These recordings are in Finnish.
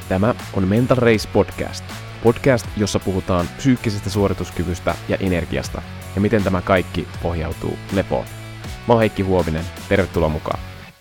Tämä on Mental Race Podcast. Podcast, jossa puhutaan psyykkisestä suorituskyvystä ja energiasta ja miten tämä kaikki pohjautuu lepoon. Mä oon Heikki Huovinen, tervetuloa mukaan.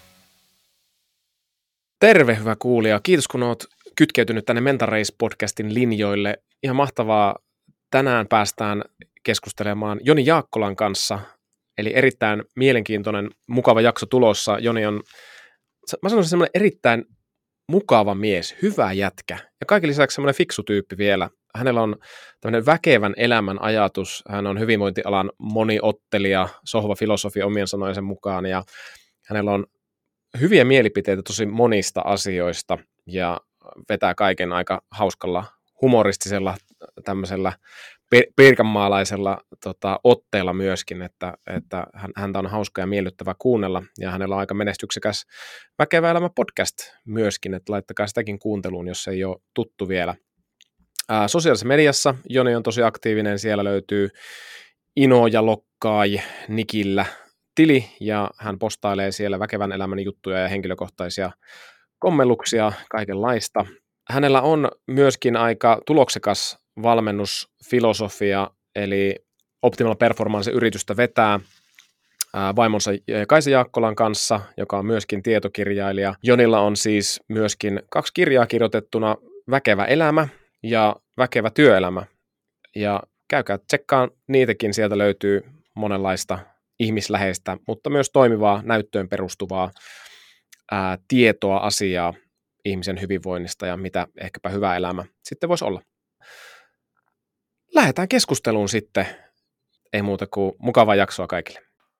Terve hyvä kuulija, kiitos kun oot kytkeytynyt tänne Mental Race Podcastin linjoille. Ihan mahtavaa, tänään päästään keskustelemaan Joni Jaakkolan kanssa, eli erittäin mielenkiintoinen, mukava jakso tulossa. Joni on, mä sanoisin, semmoinen erittäin mukava mies, hyvä jätkä ja kaiken lisäksi semmoinen fiksu tyyppi vielä. Hänellä on tämmöinen väkevän elämän ajatus, hän on hyvinvointialan moniottelija, sohvafilosofi omien sanojensa mukaan ja hänellä on hyviä mielipiteitä tosi monista asioista ja vetää kaiken aika hauskalla, humoristisella, tämmöisellä pirkanmaalaisella otteella myöskin, että häntä on hauska ja miellyttävä kuunnella, ja hänellä on aika menestyksekäs Väkevä elämä podcast myöskin, että laittakaa sitäkin kuunteluun, jos ei ole tuttu vielä. Sosiaalisessa mediassa Joni on tosi aktiivinen, siellä löytyy Ino ja Lokkaai nikillä tili, ja hän postailee siellä väkevän elämän juttuja ja henkilökohtaisia kommelluksia, kaikenlaista. Hänellä on myöskin aika tuloksekas valmennusfilosofia, eli Optimal Performance-yritystä vetää vaimonsa Kaisa Jaakkolan kanssa, joka on myöskin tietokirjailija. Jonilla on siis myöskin 2 kirjaa kirjoitettuna, Väkevä elämä ja Väkevä työelämä. Ja käykää tsekkaan niitäkin, sieltä löytyy monenlaista ihmisläheistä, mutta myös toimivaa, näyttöön perustuvaa tietoa, asiaa ihmisen hyvinvoinnista ja mitä ehkäpä hyvä elämä sitten voisi olla. Lähdetään keskusteluun sitten. Ei muuta kuin mukavaa jaksoa kaikille.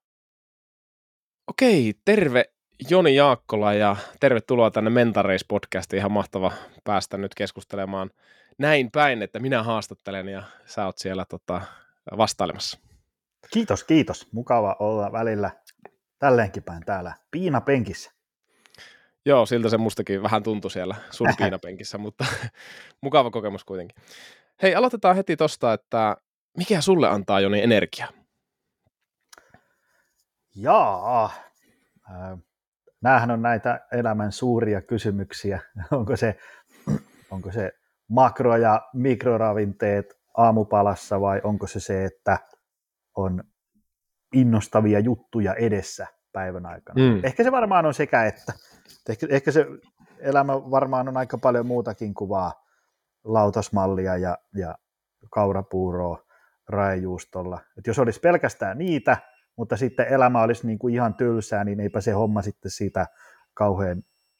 Okei, terve Joni Jaakkola ja tervetuloa tänne Mental Race Podcastiin. Ihan mahtava päästä nyt keskustelemaan näin päin, että minä haastattelen ja sä oot siellä vastailemassa. Kiitos. Mukava olla välillä tälleenkin päin täällä piinapenkissä. Joo, siltä se mustakin vähän tuntui siellä sun piinapenkissä, mutta mukava kokemus kuitenkin. Hei, aloitetaan heti tosta, että mikä sulle antaa Joni energiaa? Näähän on näitä elämän suuria kysymyksiä. Onko se makro- ja mikroravinteet aamupalassa vai onko se, että on innostavia juttuja edessä päivän aikana? Ehkä se varmaan on sekä että. Ehkä se elämä varmaan on aika paljon muutakin kuin vaan lautasmallia ja kaurapuuroa raejuustolla. Et jos olisi pelkästään niitä, mutta sitten elämä olisi niin kuin ihan tylsää, niin eipä se homma sitten siitä kauhean...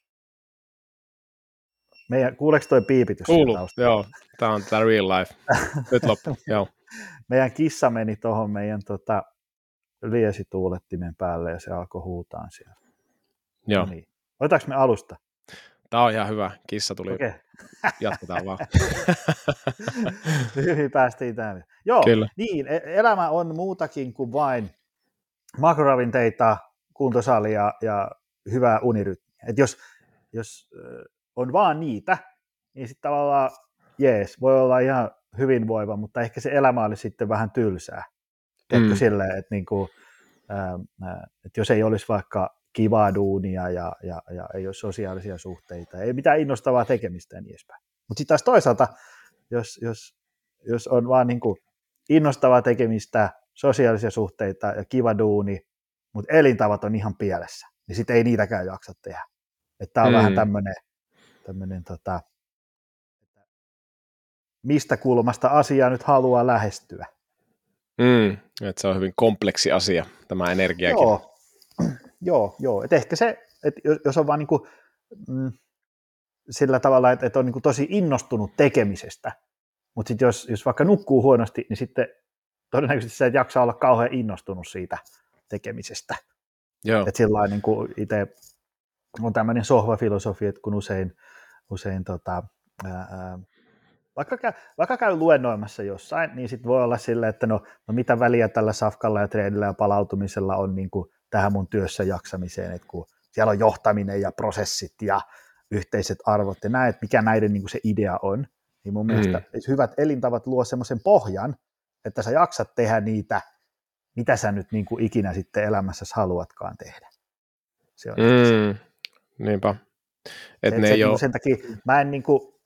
Kuuleeko toi piipitys? Kuuluu, joo. Tämä on tämä real life. Nyt loppu, joo. Meidän kissa meni tuohon meidän liesituulettimen päälle ja se alkoi huutaa siellä. Joo. No niin. Otetaanko me alusta? Tämä on ihan hyvä. Kissa tuli. Okay. Jatketaan vaan. Hyvin päästiin tänne. Joo, kyllä. Niin, elämä on muutakin kuin vain makroravinteita, kuntosalia ja hyvää unirytmiä. Et jos on vaan niitä, niin sitten tavallaan jees, voi olla ihan hyvinvoiva, mutta ehkä se elämä oli sitten vähän tylsää. Teetkö silleen, että niinku, et jos ei olisi vaikka kivaa duunia ja ei ole sosiaalisia suhteita, ei mitään innostavaa tekemistä ja niin edespäin. Mutta sitten taas toisaalta, jos on vaan niinku innostavaa tekemistä, sosiaalisia suhteita ja kiva duuni, mutta elintavat on ihan pielessä, niin sitten ei niitäkään jaksa tehdä. Tämä on vähän tämmöinen mistä kulmasta asiaa nyt haluaa lähestyä. Että se on hyvin kompleksi asia, tämä energiakin. Joo. Et ehkä se, että jos on vaan niinku, sillä tavalla, että on niinku tosi innostunut tekemisestä, mutta sitten jos vaikka nukkuu huonosti, niin sitten todennäköisesti sä et jaksa olla kauhean innostunut siitä tekemisestä. Että sillain niinku itse on tämmöinen sohvafilosofi, että kun usein vaikka käy luennoimassa jossain, niin sitten voi olla silleen, että no mitä väliä tällä safkalla ja treenillä ja palautumisella on niin kuin tähän mun työssä jaksamiseen, että kun siellä on johtaminen ja prosessit ja yhteiset arvot ja näet, mikä näiden niin kuin se idea on, niin mun mielestä hyvät elintavat luo semmoisen pohjan, että sä jaksat tehdä niitä, mitä sä nyt niin kuin ikinä sitten elämässäsi haluatkaan tehdä. Se on Niinpä. Sen takia mä en niin kuin,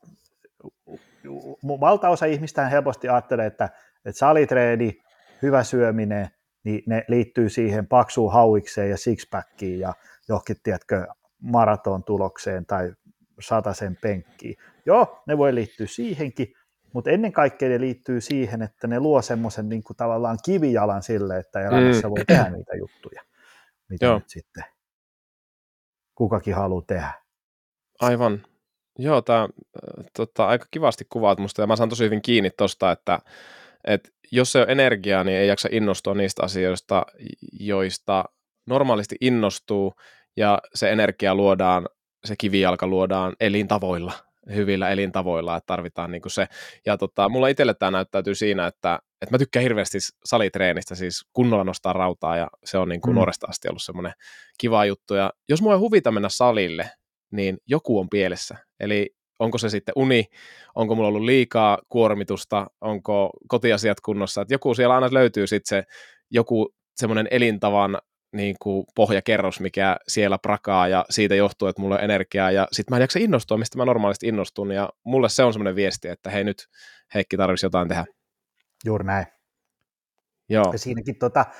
valtaosa ihmistä helposti ajattelee, että salitreeni, hyvä syöminen, niin ne liittyy siihen paksuun hauikseen ja sixpackiin ja johonkin, tiedätkö, maraton tulokseen tai 100 penkkiin. Joo, ne voi liittyä siihenkin, mutta ennen kaikkea ne liittyy siihen, että ne luo semmoisen niin kuin tavallaan kivijalan sille, että elämässä voi tehdä niitä juttuja, mitä nyt sitten kukakin haluaa tehdä. Aivan. Joo, tämä aika kivasti kuvaat musta, ja mä saan tosi hyvin kiinni tosta, että jos se on energiaa, niin ei jaksa innostua niistä asioista, joista normaalisti innostuu, ja se energia luodaan, se kivijalka luodaan elintavoilla, hyvillä elintavoilla, että tarvitaan niinku se. Ja mulla itselle tämä näyttäytyy siinä, että mä tykkään hirveästi salitreenistä, siis kunnolla nostaa rautaa, ja se on niinku nuoresta asti ollut semmoinen kiva juttu. Ja jos mulla ei huvita mennä salille, niin joku on pielessä. Eli onko se sitten uni, onko mulla ollut liikaa kuormitusta, onko kotiasiat kunnossa, että joku siellä aina löytyy sitten se joku semmoinen elintavan niin kuin pohjakerros, mikä siellä prakaa, ja siitä johtuu, että mulla on energiaa, ja sitten mä en jaksa innostua, mistä mä normaalisti innostun, ja mulle se on semmoinen viesti, että hei nyt Heikki tarvitsisi jotain tehdä. Juuri näin. Joo. Ja siinäkin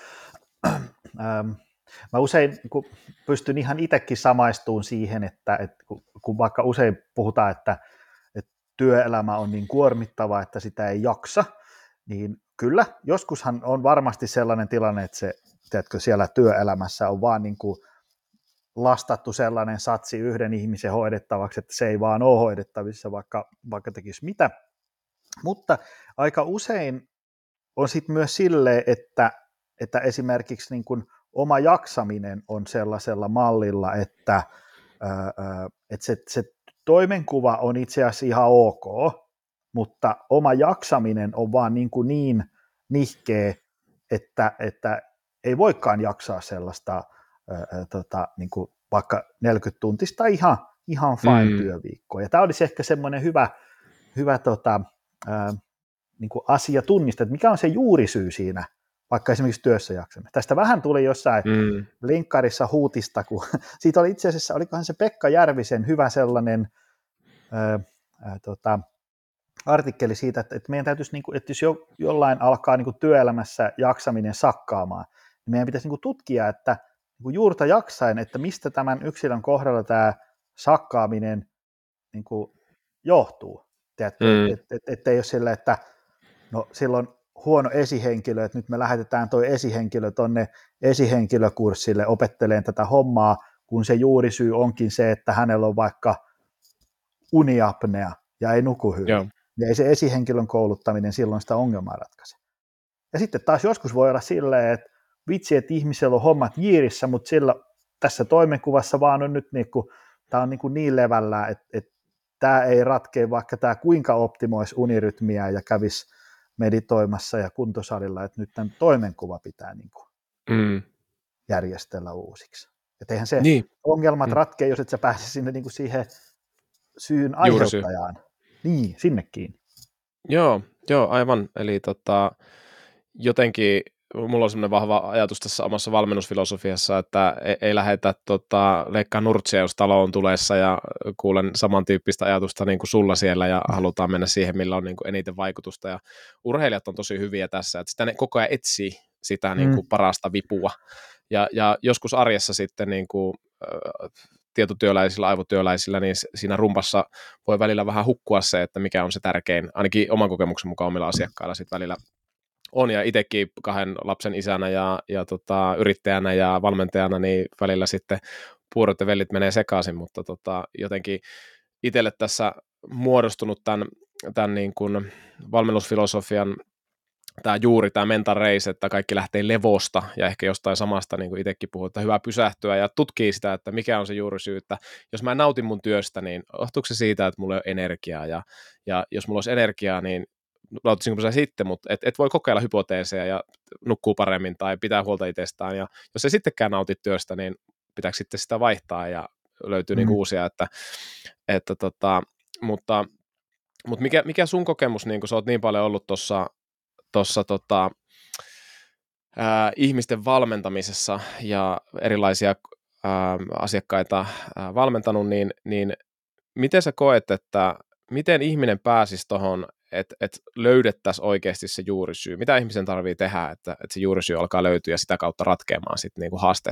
mä usein kun pystyn ihan itsekin samaistumaan siihen, että kun vaikka usein puhutaan, että työelämä on niin kuormittava, että sitä ei jaksa, niin kyllä, joskushan on varmasti sellainen tilanne, että se, tiedätkö, siellä työelämässä on vaan niin kuin lastattu sellainen satsi yhden ihmisen hoidettavaksi, että se ei vaan ole hoidettavissa, vaikka tekisi mitä. Mutta aika usein on sitten myös silleen, että esimerkiksi niin kuin oma jaksaminen on sellaisella mallilla, että se toimenkuva on itse asiassa ihan ok, mutta oma jaksaminen on vaan niin nihkeä, että ei voikaan jaksaa sellaista niin kuin vaikka 40-tuntista ihan fine työviikkoa. Ja tämä olisi ehkä semmoinen hyvä niin kuin asia tunnistaa, että mikä on se juurisyy siinä, vaikka esimerkiksi työssä jaksaminen. Tästä vähän tuli jossain linkkarissa huutista, kun siitä oli itse asiassa, olikohan se Pekka Järvisen hyvä sellainen artikkeli siitä, että meidän täytyisi, niin kuin, että jos jollain alkaa niin kuin työelämässä jaksaminen sakkaamaan, niin meidän pitäisi niin kuin tutkia, että niin kuin juurta jaksain, että mistä tämän yksilön kohdalla tämä sakkaaminen niin kuin johtuu. Että ei ole sillä, että no silloin huono esihenkilö, että nyt me lähetetään toi esihenkilö tonne esihenkilökurssille opetteleen tätä hommaa, kun se juurisyy onkin se, että hänellä on vaikka uniapnea ja ei nuku hyvin. Joo. Ja ei se esihenkilön kouluttaminen silloin sitä ongelmaa ratkaise. Ja sitten taas joskus voi olla silleen, että vitsi, että ihmisellä on hommat jiirissä, mutta sillä tässä toimenkuvassa vaan on nyt tämä on niin levällä, että tämä ei ratkea, vaikka tämä kuinka optimoisi unirytmiä ja kävisi meditoimassa ja kuntosalilla, että nyt tämän toimenkuva pitää järjestellä uusiksi. Että eihän se ongelmat ratkea, jos et sä pääse sinne siihen syyn aiheuttajaan. Niin, sinnekin. Joo, aivan. Eli jotenkin mulla on semmoinen vahva ajatus tässä omassa valmennusfilosofiassa, että ei lähdetä leikkaa nurtsia, jos talo on tulessa, ja kuulen samantyyppistä ajatusta niin kuin sulla siellä, ja halutaan mennä siihen, millä on niin kuin eniten vaikutusta, ja urheilijat on tosi hyviä tässä, että sitä ne koko ajan etsii sitä niin kuin parasta vipua, ja joskus arjessa sitten niin kuin tietotyöläisillä, aivotyöläisillä, niin siinä rumpassa voi välillä vähän hukkua se, että mikä on se tärkein, ainakin oman kokemuksen mukaan omilla asiakkailla sitten välillä on, ja itsekin 2 lapsen isänä ja yrittäjänä ja valmentajana, niin välillä sitten puurot ja vellit menee sekaisin, mutta jotenkin itselle tässä muodostunut tämän niin kuin valmennusfilosofian tämä mental race, että kaikki lähtee levosta ja ehkä jostain samasta, niin kuin itsekin puhuu, että hyvä pysähtyä ja tutkii sitä, että mikä on se juurisyy, että jos mä nautin mun työstä, niin johtuuko se siitä, että mulla ei ole energiaa, ja jos mulla olisi energiaa, niin nautisinko se sitten, mutta et voi kokeilla hypoteeseja ja nukkuu paremmin tai pitää huolta itsestään, ja jos ei sittenkään nauti työstä, niin pitääkö sitten sitä vaihtaa ja löytyy niin uusia, mutta mikä sun kokemus, niin kun sä oot niin paljon ollut tuossa ihmisten valmentamisessa ja erilaisia asiakkaita valmentanut, niin miten sä koet, että miten ihminen pääsisi tuohon, että löydettäisiin oikeasti se juurisyy? Mitä ihmisen tarvitsee tehdä, että se juurisyy alkaa löytyä ja sitä kautta ratkeamaan sitten niinku haasteet?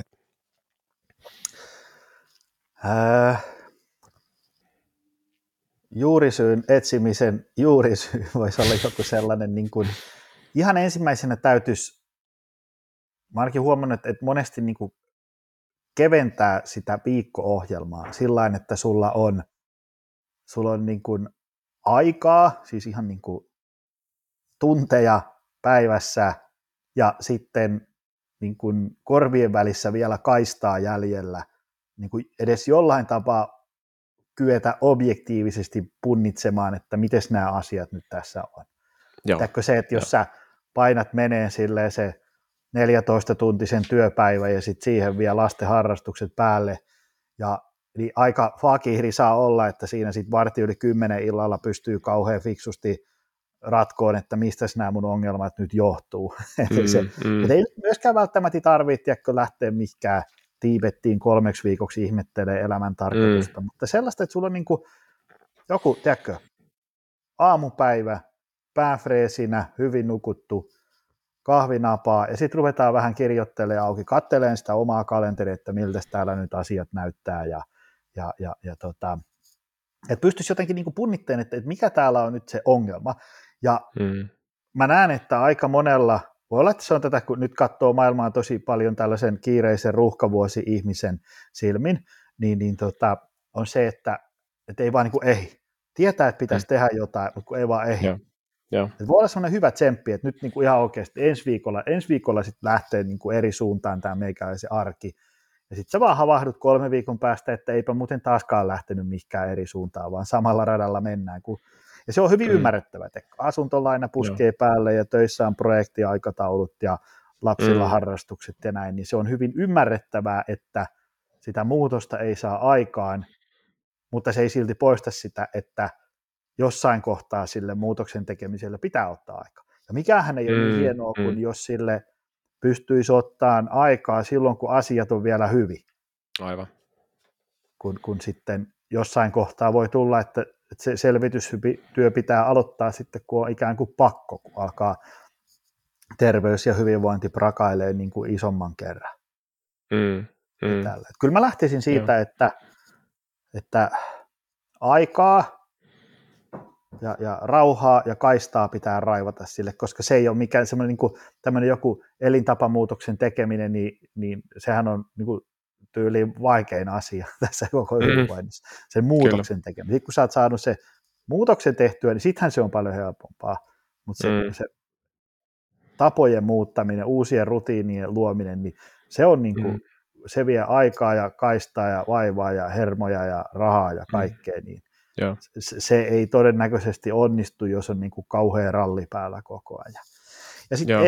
Juurisyyn etsimisen juurisyy voisi olla joku sellainen, niin kuin, ihan ensimmäisenä täytyisi, mä ainakin huomannut, että monesti niin kuin keventää sitä viikko-ohjelmaa sillain, että sulla on niin kuin aikaa, siis ihan niin kuin tunteja päivässä ja sitten niin kuin korvien välissä vielä kaistaa jäljellä, niin kuin edes jollain tapaa kyetä objektiivisesti punnitsemaan, että miten nämä asiat nyt tässä on. Tehdäänkö se, että jos sä painat meneen silleen se 14-tuntisen työpäivä ja sitten siihen vielä lasten harrastukset päälle, ja niin aika fakihri saa olla, että siinä sitten 9:15 illalla pystyy kauhean fiksusti ratkoon, että mistä nämä mun ongelmat nyt johtuu. Mutta ei myöskään välttämättä tarvitse lähteä mihinkään Tiibettiin 3 viikoksi ihmettelee elämän tarkoitusta, mutta sellaista, että sulla on niinku joku, tiedätkö, aamupäivä, pääfreesinä, hyvin nukuttu, kahvinapaa, ja sitten ruvetaan vähän kirjoittelemaan auki, katteleen sitä omaa kalenteria, että miltä täällä nyt asiat näyttää, että pystyisi jotenkin niinku punnitteen, että mikä täällä on nyt se ongelma, ja mä näen, että aika monella, voi olla, että se on tätä, kun nyt katsoo maailmaa tosi paljon tällaisen kiireisen ruuhkavuosi-ihmisen silmin, niin on se, että ei vaan niin kuin ei. Tietää, että pitäisi tehdä jotain, mutta kun ei vaan ei. Voi olla sellainen hyvä tsemppi, että nyt niin kuin ihan oikeasti ensi viikolla sitten lähtee niin kuin eri suuntaan tämä meikäläisen arki. Ja sitten sä vaan havahdut 3 viikon päästä, että eipä muuten taaskaan lähtenyt mihinkään eri suuntaan, vaan samalla radalla mennään. Ja se on hyvin ymmärrettävä, että asuntolaina puskee päälle ja töissä on projektiaikataulut ja lapsilla harrastukset ja näin, niin se on hyvin ymmärrettävää, että sitä muutosta ei saa aikaan, mutta se ei silti poista sitä, että jossain kohtaa sille muutoksen tekemiselle pitää ottaa aikaa. Ja mikähän ei ole niin hienoa kuin jos sille pystyisi ottamaan aikaa silloin, kun asiat on vielä hyvin. Aivan. Kun sitten jossain kohtaa voi tulla, että se selvitystyö pitää aloittaa sitten, kun on ikään kuin pakko, kun alkaa terveys ja hyvinvointi prakailee niin kuin isomman kerran. Kyllä mä lähtisin siitä, että aikaa ja rauhaa ja kaistaa pitää raivata sille, koska se ei ole mikään semmoinen niin kuin tämmöinen joku elintapamuutoksen tekeminen, niin sehän on niin kuin tyyliin vaikein asia tässä koko hyvinvoinnissa, sen muutoksen tekeminen. Sitten kun sä oot saanut se muutoksen tehtyä, niin sittenhän se on paljon helpompaa, mutta se tapojen muuttaminen, uusien rutiinien luominen, niin se on niin kuin, se vie aikaa ja kaistaa ja vaivaa ja hermoja ja rahaa ja kaikkea, niin se ei todennäköisesti onnistu, jos on niin kuin kauhea ralli päällä koko ajan. Ja sitten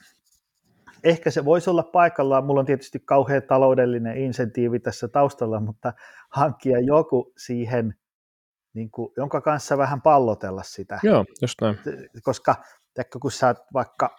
ehkä se voisi olla paikallaan, mulla on tietysti kauhea taloudellinen insentiivi tässä taustalla, mutta hankkia joku siihen, niin kuin, jonka kanssa vähän pallotella sitä. Joo, just näin. Koska kun sä oot vaikka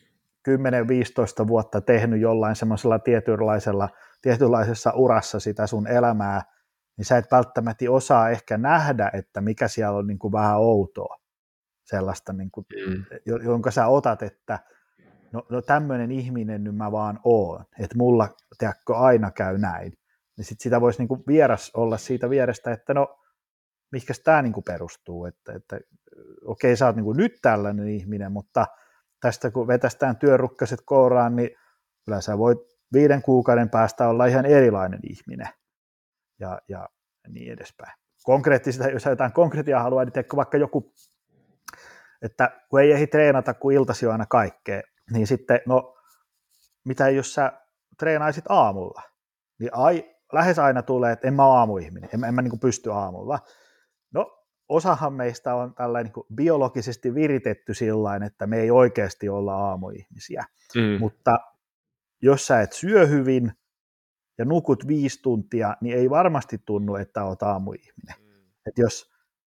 10-15 vuotta tehnyt jollain semmoisella tietynlaisessa urassa sitä sun elämää, niin sä et välttämättä osaa ehkä nähdä, että mikä siellä on niin kuin vähän outoa. Sellaista, niin kuin, jonka sä otat, että no tämmöinen ihminen nyt mä vaan oon, että mulla aina käy näin. Niin sit sitä voisi niin kuin vieras olla siitä vierestä, että no, mihinkäs tämä niin kuin perustuu, että okei, sä oot niin kuin nyt tällainen ihminen, mutta tästä kun vetästään työrukkaset kouraan, niin kyllä sä voit 5 kuukauden päästä olla ihan erilainen ihminen ja niin edespäin. Konkreettista, jos jotain konkreettia haluaa, niin teekö vaikka joku, että kun ei ehdi treenata, kun iltasi on aina kaikkea, niin sitten, no mitä jos sä treenaisit aamulla, niin lähes aina tulee, että en mä ole aamuihminen, en mä niin kuin pysty aamulla. No, osahan meistä on tällainen niin kuin biologisesti viritetty sillain, että me ei oikeasti olla aamuihmisiä, mutta jos sä et syö hyvin ja nukut 5 tuntia, niin ei varmasti tunnu, että olet aamuihminen. Että jos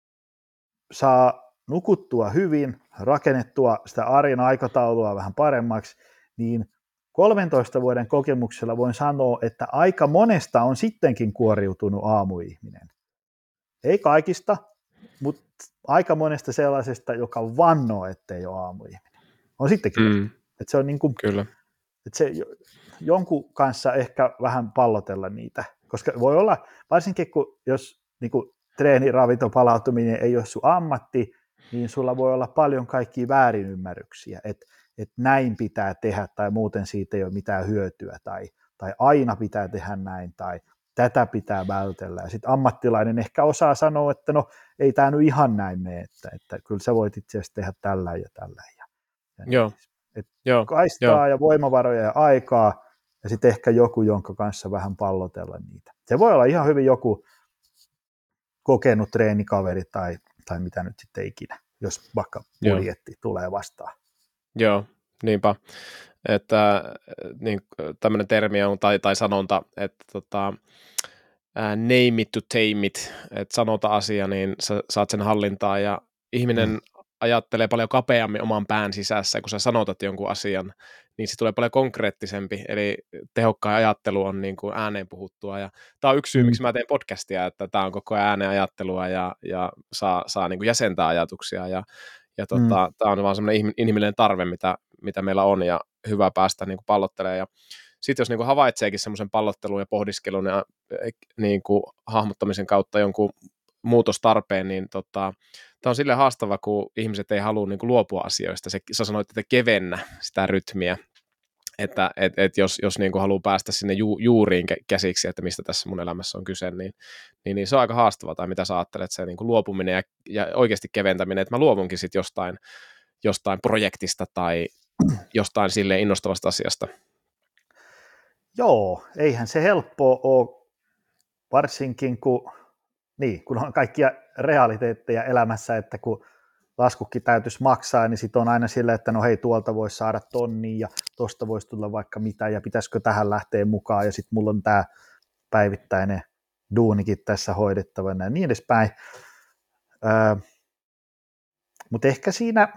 saa nukuttua hyvin, rakennettua sitä arjen aikataulua vähän paremmaksi, niin 13 vuoden kokemuksella voin sanoa, että aika monesta on sittenkin kuoriutunut aamuihminen. Ei kaikista, Mutta aika monesta sellaisesta, joka vannoo, ettei ole aamuihminen, on sitten kiva. Että se on niin kuin, Kyllä. että se jonkun kanssa ehkä vähän pallotella niitä, koska voi olla, varsinkin jos niin kuin treeni, ravinto, palautuminen ei ole sun ammatti, niin sulla voi olla paljon kaikkia väärinymmärryksiä, että näin pitää tehdä tai muuten siitä ei ole mitään hyötyä tai aina pitää tehdä näin tai tätä pitää vältellä. Ja sitten ammattilainen ehkä osaa sanoa, että no ei tämä nyt ihan näin mene, että kyllä sä voit itse asiassa tehdä tällä ja tällä. Joo. Joo. Kaistaa ja voimavaroja ja aikaa ja sitten ehkä joku, jonka kanssa vähän pallotella niitä. Se voi olla ihan hyvin joku kokenut treenikaveri tai mitä nyt sitten ikinä, jos vaikka budjetti tulee vastaan. Joo, niinpä. Että niin, tämmöinen termi on, tai sanonta, että name it to tame it, että sanota asia, niin sä saat sen hallintaan, ja ihminen ajattelee paljon kapeammin oman pään sisässä, kun sä sanotat jonkun asian, niin se tulee paljon konkreettisempi, eli tehokkain ajattelu on niin kuin ääneen puhuttua, ja tämä on yksi syy, miksi mä teen podcastia, että tämä on koko ajan ääneen ajattelua, ja saa niin kuin jäsentää ajatuksia, ja tämä on vaan semmoinen inhimillinen tarve, mitä meillä on, ja hyvä päästä niin kuin pallottelemaan, ja sitten jos niin kuin havaitseekin semmoisen pallottelun ja pohdiskelun ja niin kuin hahmottamisen kautta jonkun muutostarpeen, niin tämä on silleen haastava, kun ihmiset ei halua niin kuin luopua asioista. Sä sanoit, että kevennä sitä rytmiä, että jos niin kuin haluaa päästä sinne juuriin käsiksi, että mistä tässä mun elämässä on kyse, niin se on aika haastavaa, tai mitä sä ajattelet, se niin kuin luopuminen ja oikeasti keventäminen, että mä luovunkin sitten jostain projektista tai jostain silleen innostavasta asiasta. Joo, eihän se helppoa ole, varsinkin kun on kaikkia realiteetteja elämässä, että kun laskukin täytyisi maksaa, niin sitten on aina silleen, että no hei, tuolta voisi saada tonnia ja tuosta voisi tulla vaikka mitä ja pitäisikö tähän lähteä mukaan ja sitten mulla on tämä päivittäinen duunikin tässä hoidettavana ja niin edespäin. Mutta ehkä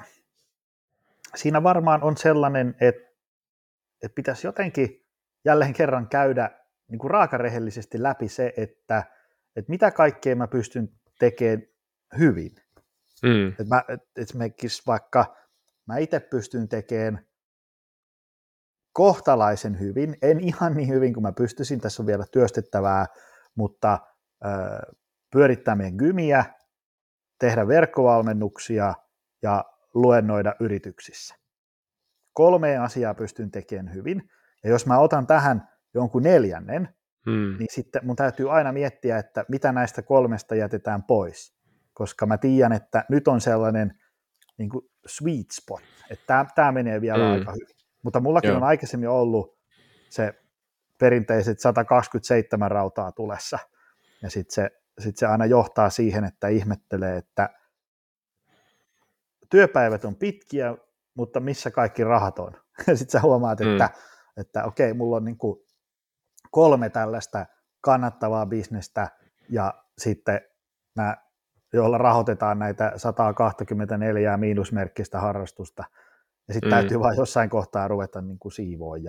siinä varmaan on sellainen, että pitäisi jotenkin jälleen kerran käydä niin kuin raakarehellisesti läpi se, että mitä kaikkea mä pystyn tekemään hyvin. Esimerkiksi vaikka mä itse pystyn tekemään kohtalaisen hyvin, en ihan niin hyvin kuin mä pystyisin, tässä on vielä työstettävää, mutta pyörittää meidän gymiä, tehdä verkkovalmennuksia ja luennoida yrityksissä. 3 asiaa pystyn tekemään hyvin, ja jos mä otan tähän jonkun 4, niin sitten mun täytyy aina miettiä, että mitä näistä 3 jätetään pois, koska mä tiedän, että nyt on sellainen niin kuin sweet spot, että tämä menee vielä aika hyvin. Mutta mullakin on aikaisemmin ollut se perinteiset 127 rautaa tulessa, ja sitten se aina johtaa siihen, että ihmettelee, että työpäivät on pitkiä, mutta missä kaikki rahat on. Ja sitten sä huomaat, että okei, mulla on niin kuin 3 tällaista kannattavaa bisnestä, ja sitten joilla rahoitetaan näitä 124 miinusmerkkistä harrastusta, ja sitten täytyy vaan jossain kohtaa ruveta niin kuin siivoon,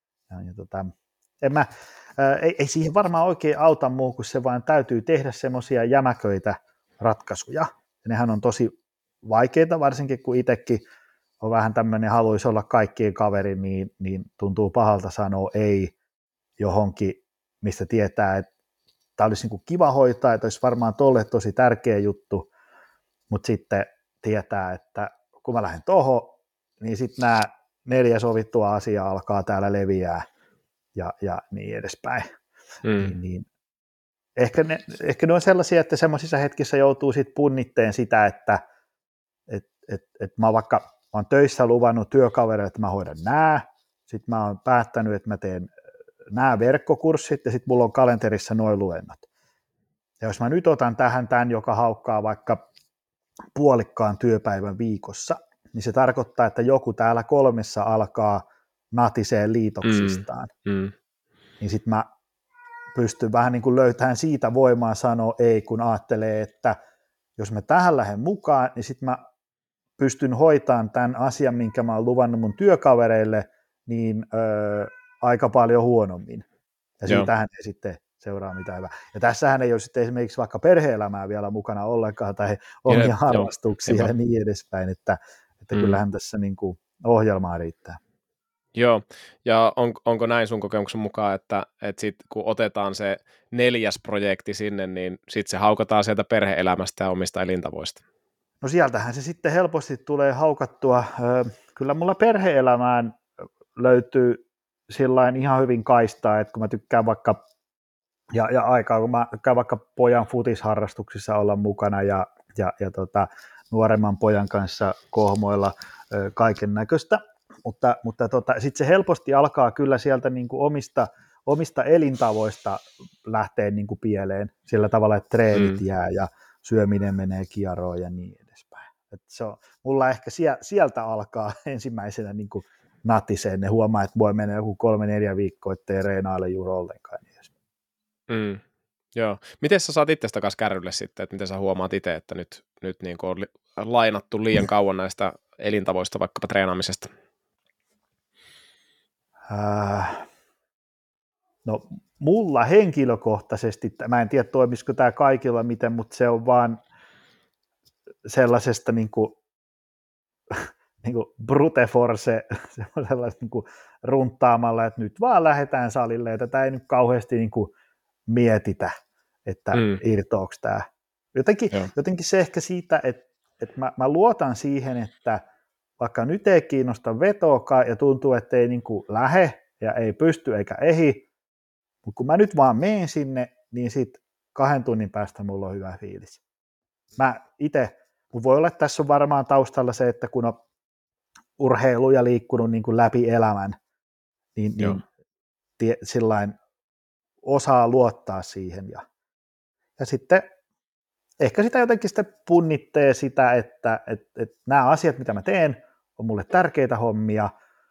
ei siihen varmaan oikein auta muu, kun se vaan täytyy tehdä semmoisia jämäköitä ratkaisuja, ja nehän on tosi vaikeita, varsinkin kun itsekin on vähän tämmöinen, haluaisi olla kaikkien kaveri, niin tuntuu pahalta sanoa ei johonkin, mistä tietää, että tämä olisi niin kuin kiva hoitaa, että olisi varmaan tolle tosi tärkeä juttu, mutta sitten tietää, että kun mä lähden tohon, niin sitten nämä 4 sovittua asiaa alkaa täällä leviää ja niin edespäin. Niin ehkä ne on sellaisia, että semmoisissa hetkissä joutuu sitten punnitteen sitä, että mä oon töissä luvannut työkavereille, että mä hoidan sitten mä oon päättänyt, että mä teen nämä verkkokurssit, ja sitten mulla on kalenterissa nuo luennot. Ja jos mä nyt otan tähän tämän, joka haukkaa vaikka puolikkaan työpäivän viikossa, niin se tarkoittaa, että joku täällä 3 alkaa natiseen liitoksistaan. Niin sitten mä pystyn vähän niin kuin löytämään siitä voimaa sanoa ei, kun ajattelee, että jos mä tähän lähden mukaan, niin sitten mä pystyn hoitamaan tämän asian, minkä mä oon luvannut mun työkavereille, niin aika paljon huonommin. Ja siitähän ei sitten seuraa mitään hyvää. Ja tässähän ei ole sitten esimerkiksi vaikka perhe-elämää vielä mukana ollenkaan tai omia harrastuksia ja niin edespäin, että kyllähän tässä niin kuin ohjelmaa riittää. Joo, ja onko näin sun kokemuksen mukaan, että sit, kun otetaan se 4. projekti sinne, niin sitten se haukataan sieltä perhe-elämästä ja omista elintavoista? No sieltähän se sitten helposti tulee haukattua. Kyllä mulla perhe-elämään löytyy sillain ihan hyvin kaistaa, että kun mä tykkään vaikka, ja aikaa, kun mä tykkään vaikka pojan futisharrastuksissa olla mukana ja nuoremman pojan kanssa kohmoilla kaiken näköistä, mutta sitten se helposti alkaa kyllä sieltä niin kuin omista elintavoista lähtee niin kuin pieleen sillä tavalla, että treenit jää ja syöminen menee kieroon ja niin edespäin. Et se on, mulla ehkä sieltä alkaa ensimmäisenä niin kuin natiseen, ne huomaa, että voi mennä joku 3-4 viikkoa, ettei reenaile juuri ollenkaan. Joo. Miten sä saat itsestä kanssa kärrylle sitten, että miten sä huomaat itse, että nyt niin kuin on lainattu liian kauan näistä elintavoista, vaikkapa treenaamisesta? No mulla henkilökohtaisesti, mä en tiedä toimisiko tämä kaikilla miten, mutta se on vaan sellaisesta niin kuin brute force, sellaista niin kuin runttaamalla, että nyt vaan lähdetään salille, ja tätä ei nyt kauheasti niin kuin mietitä, että irtoako tämä. Jotenkin se ehkä siitä, että mä luotan siihen, että vaikka nyt ei kiinnosta vetoakaan ja tuntuu, että ei niin kuin lähe ja ei pysty eikä ehdi, mutta kun mä nyt vaan menen sinne, niin sitten 2 tunnin päästä mulla on hyvä fiilis. Mä itse, mutta voi olla, että tässä on varmaan taustalla se, että kun on urheilu ja liikkunut niin kuin läpi elämän, niin sillain osaa luottaa siihen. Ja sitten ehkä sitä jotenkin sitten punnittee sitä, että nämä asiat, mitä mä teen, on mulle tärkeitä hommia,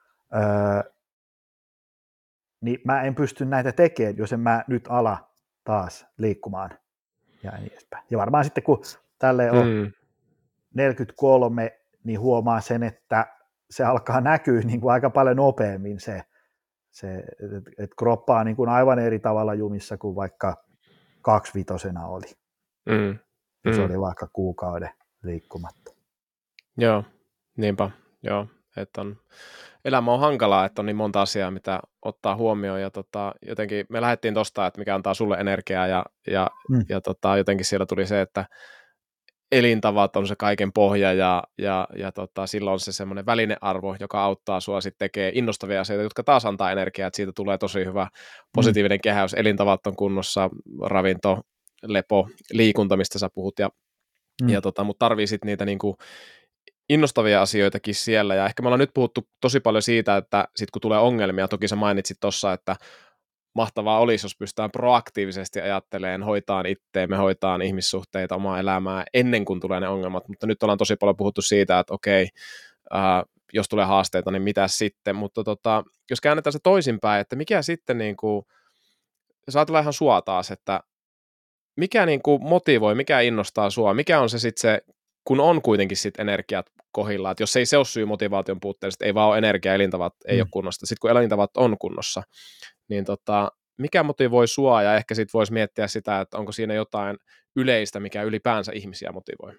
niin mä en pysty näitä tekemään, jos en mä nyt ala taas liikkumaan ja niin edespäin. Ja varmaan sitten, kun tälleen on 43, niin huomaa sen, että se alkaa näkyä niin kuin aika paljon nopeammin se että kroppa on niin kuin aivan eri tavalla jumissa kuin vaikka 25-vuotiaana oli. Se oli vaikka kuukauden liikkumatta. Joo, niinpä. Joo, että elämä on hankalaa, että on niin monta asiaa, mitä ottaa huomioon, ja jotenkin me lähdettiin tuosta, että mikä antaa sulle energiaa, ja jotenkin siellä tuli se, että elintavat on se kaiken pohja, ja silloin on se semmoinen välinearvo, joka auttaa sua sitten tekemään innostavia asioita, jotka taas antaa energiaa, että siitä tulee tosi hyvä positiivinen kehä, jos elintavat on kunnossa, ravinto, lepo, liikunta, mistä sä puhut, mutta tarvii sitten niitä niinku innostavia asioitakin siellä, ja ehkä me ollaan nyt puhuttu tosi paljon siitä, että sit kun tulee ongelmia, toki sä mainitsit tuossa, että mahtavaa olisi, jos pystytään proaktiivisesti ajattelemaan, hoitaan itteemme, hoitaan ihmissuhteita, omaa elämää ennen kuin tulee ne ongelmat, mutta nyt ollaan tosi paljon puhuttu siitä, että okei, jos tulee haasteita, niin mitä sitten, mutta jos käännetään se toisinpäin, että mikä sitten, niin kuin, jos ajatellaan ihan sua taas, että mikä niin kuin motivoi, mikä innostaa sua, mikä on se sitten se, kun on kuitenkin sitten energiat kohdillaan, että jos ei se ole syy motivaation puutteesta, ei vaan ole energia, elintavat ei ole kunnossa, sitten kun elintavat on kunnossa, niin mikä motivoi sua, ja ehkä sitten voisi miettiä sitä, että onko siinä jotain yleistä, mikä ylipäänsä ihmisiä motivoi.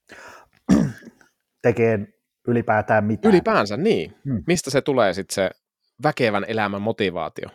Tekee ylipäätään mitään. Ylipäänsä, niin. Mistä se tulee sitten se väkevän elämän motivaatio?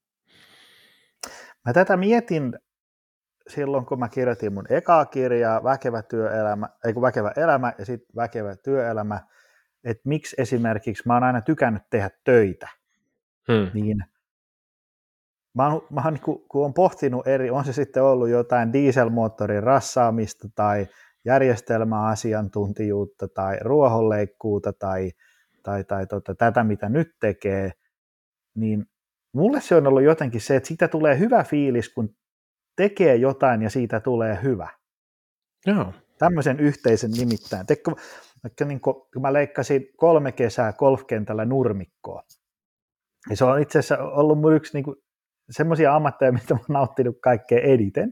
Mä tätä mietin silloin, kun mä kirjoitin mun ekaa kirjaa, Väkevä elämä ja sitten Väkevä työelämä, että miksi esimerkiksi mä oon aina tykännyt tehdä töitä, niin mä oon, kun on pohtinut on se sitten ollut jotain dieselmoottorin rassaamista tai järjestelmäasiantuntijuutta tai ruohonleikkuuta tai tätä, mitä nyt tekee, niin mulle se on ollut jotenkin se, että siitä tulee hyvä fiilis, kun tekee jotain ja siitä tulee hyvä. Joo. Tämmöisen yhteisen nimittäin. Kun mä leikkasin 3 kesää golfkentällä nurmikkoa, ja se on itse asiassa ollut mun yksi semmoisia ammatteja, mitä mä oon nauttinut kaikkein eniten.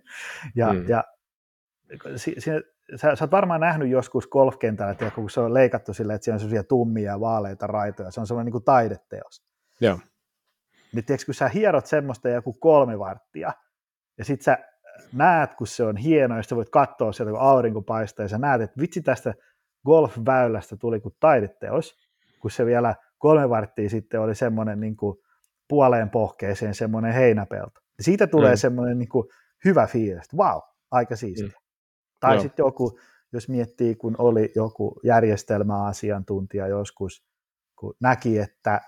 Sä oot varmaan nähnyt joskus golfkentällä, että kun se on leikattu silleen, että siellä on semmoisia tummia ja vaaleita raitoja, se on semmoinen niin kuin taideteos. Joo. Niin tiedätkö, kun sä hierot semmoista joku 3 varttia, ja sit sä näet, kun se on hieno, ja sä voit katsoa sieltä, kun aurinko paistaa, ja sä näet, että vitsi tästä golf-väylästä tuli kuin taideteos, kun se vielä 3 varttia sitten oli semmoinen niin kuin puoleen pohkeeseen semmoinen heinäpelto. Ja siitä tulee semmoinen niin kuin hyvä fiilis, että vau, aika siistiä. Tai sitten joku, jos miettii, kun oli joku järjestelmäasiantuntija joskus, kun näki, että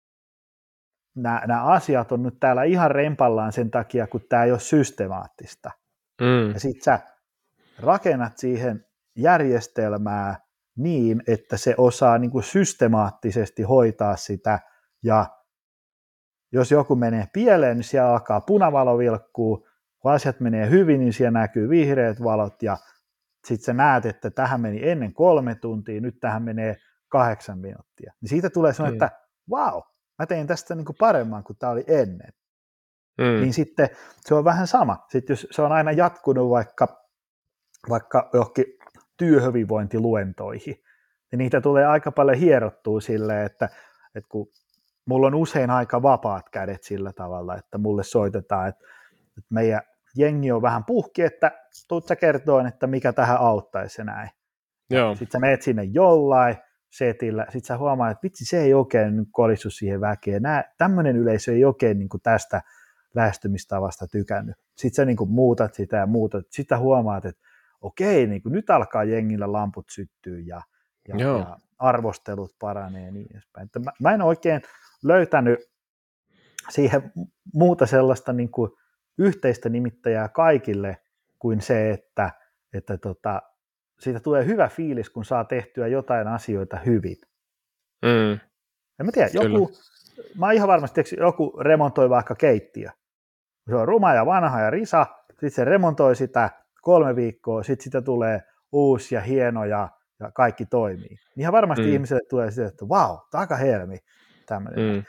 nämä asiat on nyt täällä ihan rempallaan sen takia, kun tämä ei ole systemaattista. Ja sitten sä rakennat siihen järjestelmää niin, että se osaa niin kuin systemaattisesti hoitaa sitä, ja jos joku menee pieleen, niin siellä alkaa punavalo vilkkuu, kun asiat menee hyvin, niin siellä näkyy vihreät valot, ja sitten sä näet, että tähän meni ennen 3 tuntia, nyt tähän menee 8 minuuttia. Niin siitä tulee sellainen, että vau, mä tein tästä niin kuin paremman kuin tämä oli ennen. Niin sitten se on vähän sama. Sitten jos se on aina jatkunut vaikka johonkin työhyvinvointiluentoihin, niin niitä tulee aika paljon hierottua silleen, että kun mulla on usein aika vapaat kädet sillä tavalla, että mulle soitetaan, että meidän jengi on vähän puhki, että tuut sä kertoon, että mikä tähän auttaisi ja näin. Sitten sä meet sinne jollain setillä, sitten sä huomaat, että vitsi, se ei oikein nyt kolistu siihen väkeen. Tämmöinen yleisö ei oikein niin kuin tästä lähestymistavasta tykännyt. Sitten sä niin kuin muutat sitä ja muutat. Sitten huomaat, että okei, niin kuin nyt alkaa jengillä lamput syttyä ja arvostelut paranee ja niin edespäin. Että mä en oikein löytänyt siihen muuta sellaista niin kuin yhteistä nimittäjää kaikille kuin se, että siitä tulee hyvä fiilis, kun saa tehtyä jotain asioita hyvin. En mä tiedä, mä oon ihan varmasti, joku remontoi vaikka keittiö. Se on ruma ja vanha ja risa, sitten se remontoi sitä 3 viikkoa, sitten sitä tulee uusi ja hieno ja kaikki toimii. Ihan varmasti ihmiselle tulee sitä, että vau, taka helmi, tämmöinen.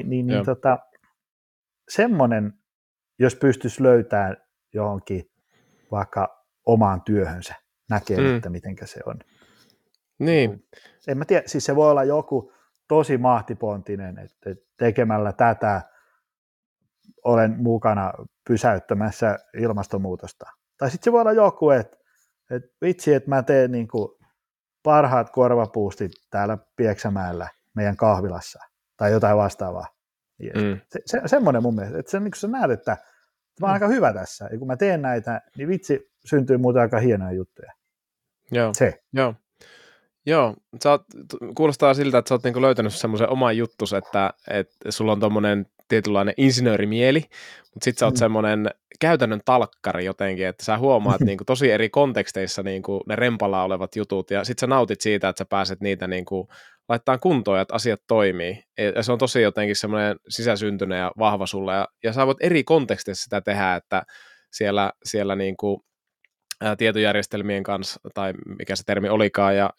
Semmoinen, jos pystyisi löytämään johonkin vaikka omaan työhönsä, näkee, että mitenkä se on. Niin. En mä tiedä, siis se voi olla joku tosi mahtipontinen, että tekemällä tätä olen mukana pysäyttämässä ilmastonmuutosta. Tai sitten se voi olla joku, että vitsi, että mä teen niin kuin parhaat korvapuustit täällä Pieksämäellä meidän kahvilassa, tai jotain vastaavaa. Semmoinen mun mielestä, että niin sä näet, että mä oon aika hyvä tässä, ja kun mä teen näitä, niin vitsi, syntyy muuten aika hienoja juttuja. Joo. Kuulostaa siltä, että sä oot niinku löytänyt semmoisen oman juttus, että sulla on tommonen tietynlainen insinöörimieli, mutta sit sä oot semmoinen käytännön talkkari jotenkin, että sä huomaat niinku tosi eri konteksteissa niinku ne rempallaan olevat jutut, ja sit sä nautit siitä, että sä pääset niitä niinku laittaa kuntoon, että asiat toimii. Ja se on tosi jotenkin semmoinen sisäsyntyinen ja vahva sulle, ja sä voit eri konteksteissa sitä tehdä, että siellä niinku tietojärjestelmien kanssa, tai mikä se termi olikaan, ja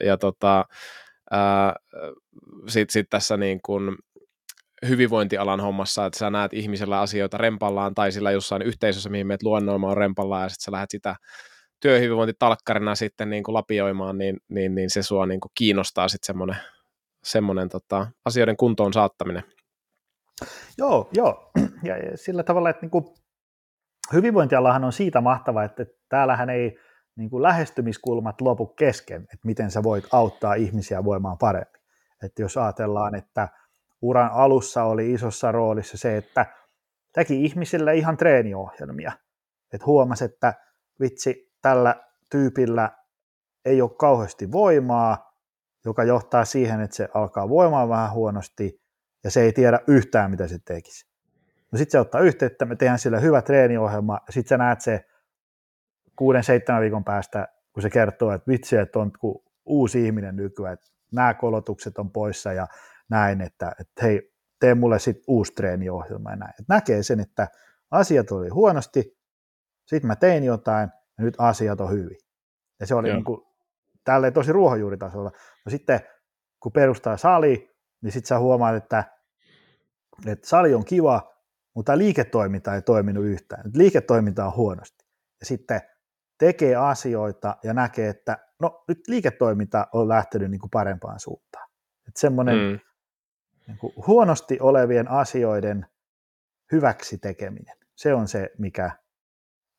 sit tässä niin kuin hyvinvointialan hommassa, että sä näet ihmisellä asioita rempallaan, tai sillä jossain yhteisössä, mihin meet luennoimaan rempallaan, ja sitten sä lähdet sitä työhyvinvointitalkkarina sitten niin kuin lapioimaan, niin se sua niin kuin kiinnostaa sitten semmoinen asioiden kuntoon saattaminen. Joo, ja sillä tavalla, että niin kuin hyvinvointialahan on siitä mahtava, että täällähän ei niin kuin lähestymiskulmat lopu kesken, että miten sä voit auttaa ihmisiä voimaan paremmin. Että jos ajatellaan, että uran alussa oli isossa roolissa se, että teki ihmisille ihan treeniohjelmia. Että huomasi, että vitsi, tällä tyypillä ei ole kauheasti voimaa, joka johtaa siihen, että se alkaa voimaan vähän huonosti, ja se ei tiedä yhtään, mitä se tekisi. No sitten se ottaa yhteyttä, me tehdään sille hyvä treeniohjelma, ja sitten sä näet se 6-7 viikon päästä, kun se kertoo, että vitsi, että on uusi ihminen nykyään, että nämä kolotukset on poissa ja näin, että hei, tee mulle sitten uusi treeniohjelma ja näin. Et näkee sen, että asiat oli huonosti, sitten mä tein jotain ja nyt asiat on hyvin. Ja se oli niin kuin, tälleen tosi ruohonjuuritasolla. No sitten kun perustaa sali, niin sitten sä huomaat, että sali on kiva, mutta liiketoiminta ei toiminut yhtään. Liiketoiminta on huonosti. Ja sitten tekee asioita ja näkee, että no nyt liiketoiminta on lähtenyt niin kuin parempaan suuntaan. Että semmoinen niin kuin huonosti olevien asioiden hyväksi tekeminen, se on se, mikä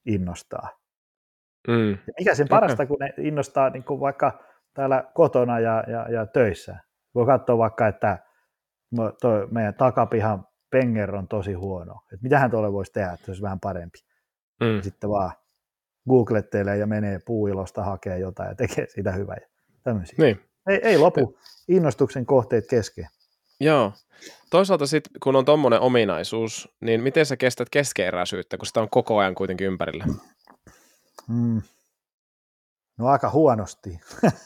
innostaa. Mm. Ja mikä sen parasta, kun ne innostaa niin kuin vaikka täällä kotona ja töissä. Voi katsoa vaikka, että meidän takapihan penger on tosi huono. Että mitähän tuolle voisi tehdä, että se olisi vähän parempi. Ja sitten vaan googlettelee ja menee puuilosta hakee jotain ja tekee siitä hyvää. Tämmöisiä. Niin. Ei lopu innostuksen kohteet kesken. Joo. Toisaalta sitten, kun on tommonen ominaisuus, niin miten sä kestät keskeeräisyyttä, kun sitä on koko ajan kuitenkin ympärillä? No aika huonosti.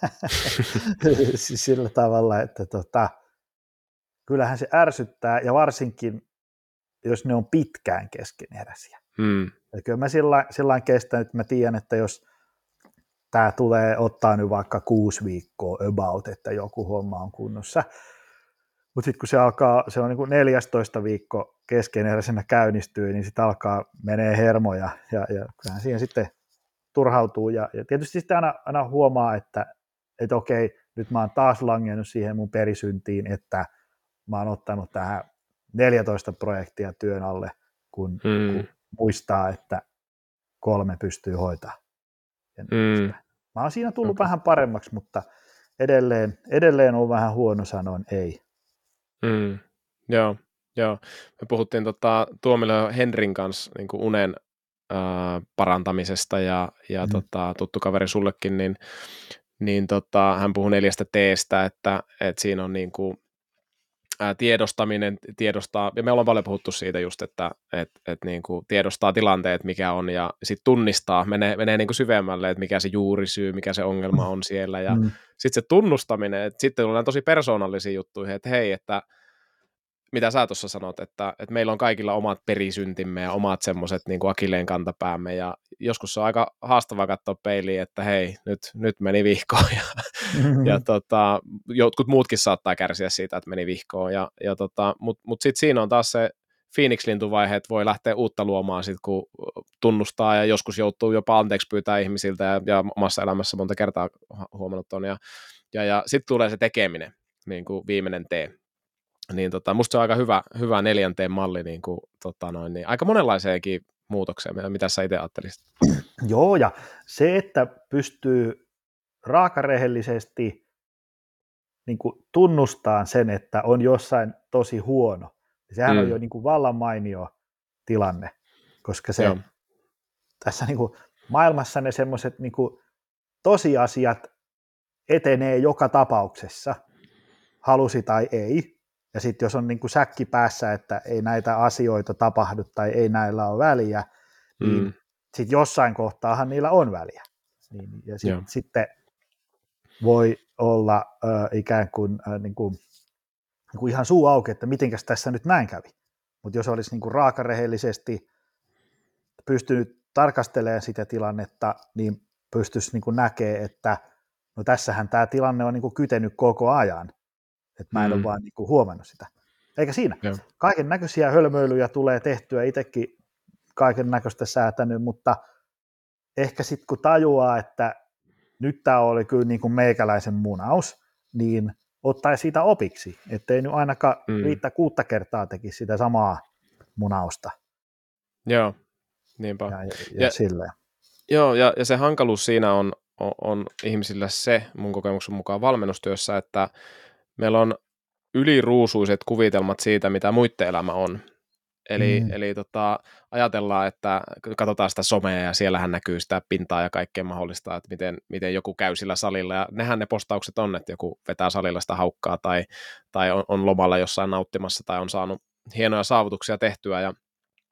Sillä tavalla, että kyllähän se ärsyttää, ja varsinkin, jos ne on pitkään keskeneräisiä. Ja kyllä mä sillä kestän, että mä tiedän, että jos tämä tulee ottaa nyt vaikka 6 viikkoa about, että joku homma on kunnossa, mutta sitten kun se on niin kuin 14 viikko keskeneräisenä käynnistyy, niin sitten alkaa menee hermoja, ja kyllähän siihen sitten turhautuu, ja tietysti sitten aina huomaa, että okei, nyt mä oon taas langennut siihen mun perisyntiin, että mä oon ottanut tähän 14 projektia työn alle, kun muistaa, että 3 pystyy hoitamaan. Mä oon siinä tullut vähän paremmaksi, mutta edelleen on vähän huono sanoin ei. Joo. Me puhuttiin Tuomila Henrin kanssa niin kuin unen parantamisesta ja tuttu kaveri sullekin, niin hän puhui 4 T:stä, että siinä on niin kuin tiedostaminen, tiedostaa, ja me ollaan paljon puhuttu siitä just, että niin kuin tiedostaa tilanteet, mikä on, ja sitten tunnistaa, menee niin kuin syvemmälle, että mikä se juurisyy, mikä se ongelma on siellä, ja sitten se tunnustaminen, että sitten tullaan tosi persoonallisiin juttuihin, että hei, että mitä sä tuossa sanot, että meillä on kaikilla omat perisyntimme ja omat semmoiset niin kuin akilleen kantapäämme, ja joskus se on aika haastavaa katsoa peiliin, että hei, nyt meni vihkoon, ja jotkut muutkin saattaa kärsiä siitä, että meni vihkoon, mutta sitten siinä on taas se Phoenix-lintuvaihe, että voi lähteä uutta luomaan, sit, kun tunnustaa, ja joskus joutuu jopa anteeksi pyytää ihmisiltä, ja omassa elämässä monta kertaa huomannut ton, ja sitten tulee se tekeminen, niin kuin viimeinen tee. Niin musta se on aika hyvä 4 malli niin kuin, niin aika monenlaiseenkin muutokseen, mitä sä itse ajattelisit? Joo, ja se, että pystyy raakarehellisesti niin kuin tunnustaa sen, että on jossain tosi huono, niin sehän on jo niin kuin vallan mainio tilanne, koska se tässä niin kuin maailmassa ne semmoiset niin kuin tosiasiat etenee joka tapauksessa, halusi tai ei. Ja sitten jos on niin kuin säkki päässä, että ei näitä asioita tapahdu tai ei näillä ole väliä, niin sitten jossain kohtaahan niillä on väliä. Ja sitten voi olla ikään kuin, niin kuin ihan suu auki, että mitenkäs tässä nyt näin kävi. Mutta jos olisi niin kuin raakarehellisesti pystynyt tarkastelemaan sitä tilannetta, niin pystyisi niin kuin näkemään, että no tässähän tämä tilanne on niin kuin kytenyt koko ajan. Että mä en ole vaan niin kuin huomannut sitä. Eikä siinä. Kaiken näköisiä hölmöilyjä tulee tehtyä, itsekin kaiken näköistä säätänyt, mutta ehkä sitten kun tajuaa, että nyt tämä oli kyllä niin kuin meikäläisen munaus, niin ottaisi siitä opiksi, ettei nyt ainakaan 5-6 kertaa tekisi sitä samaa munausta. Joo, niinpä. Ja silleen. Joo, ja se hankaluus siinä on ihmisillä se, mun kokemuksen mukaan valmennustyössä, että meillä on yliruusuiset kuvitelmat siitä, mitä muiden elämä on. Eli ajatellaan, että katsotaan sitä somea ja siellähän näkyy sitä pintaa ja kaikkea mahdollista, että miten joku käy sillä salilla. Ja nehän ne postaukset on, että joku vetää salilla sitä haukkaa tai on lomalla jossain nauttimassa tai on saanut hienoja saavutuksia tehtyä. Ja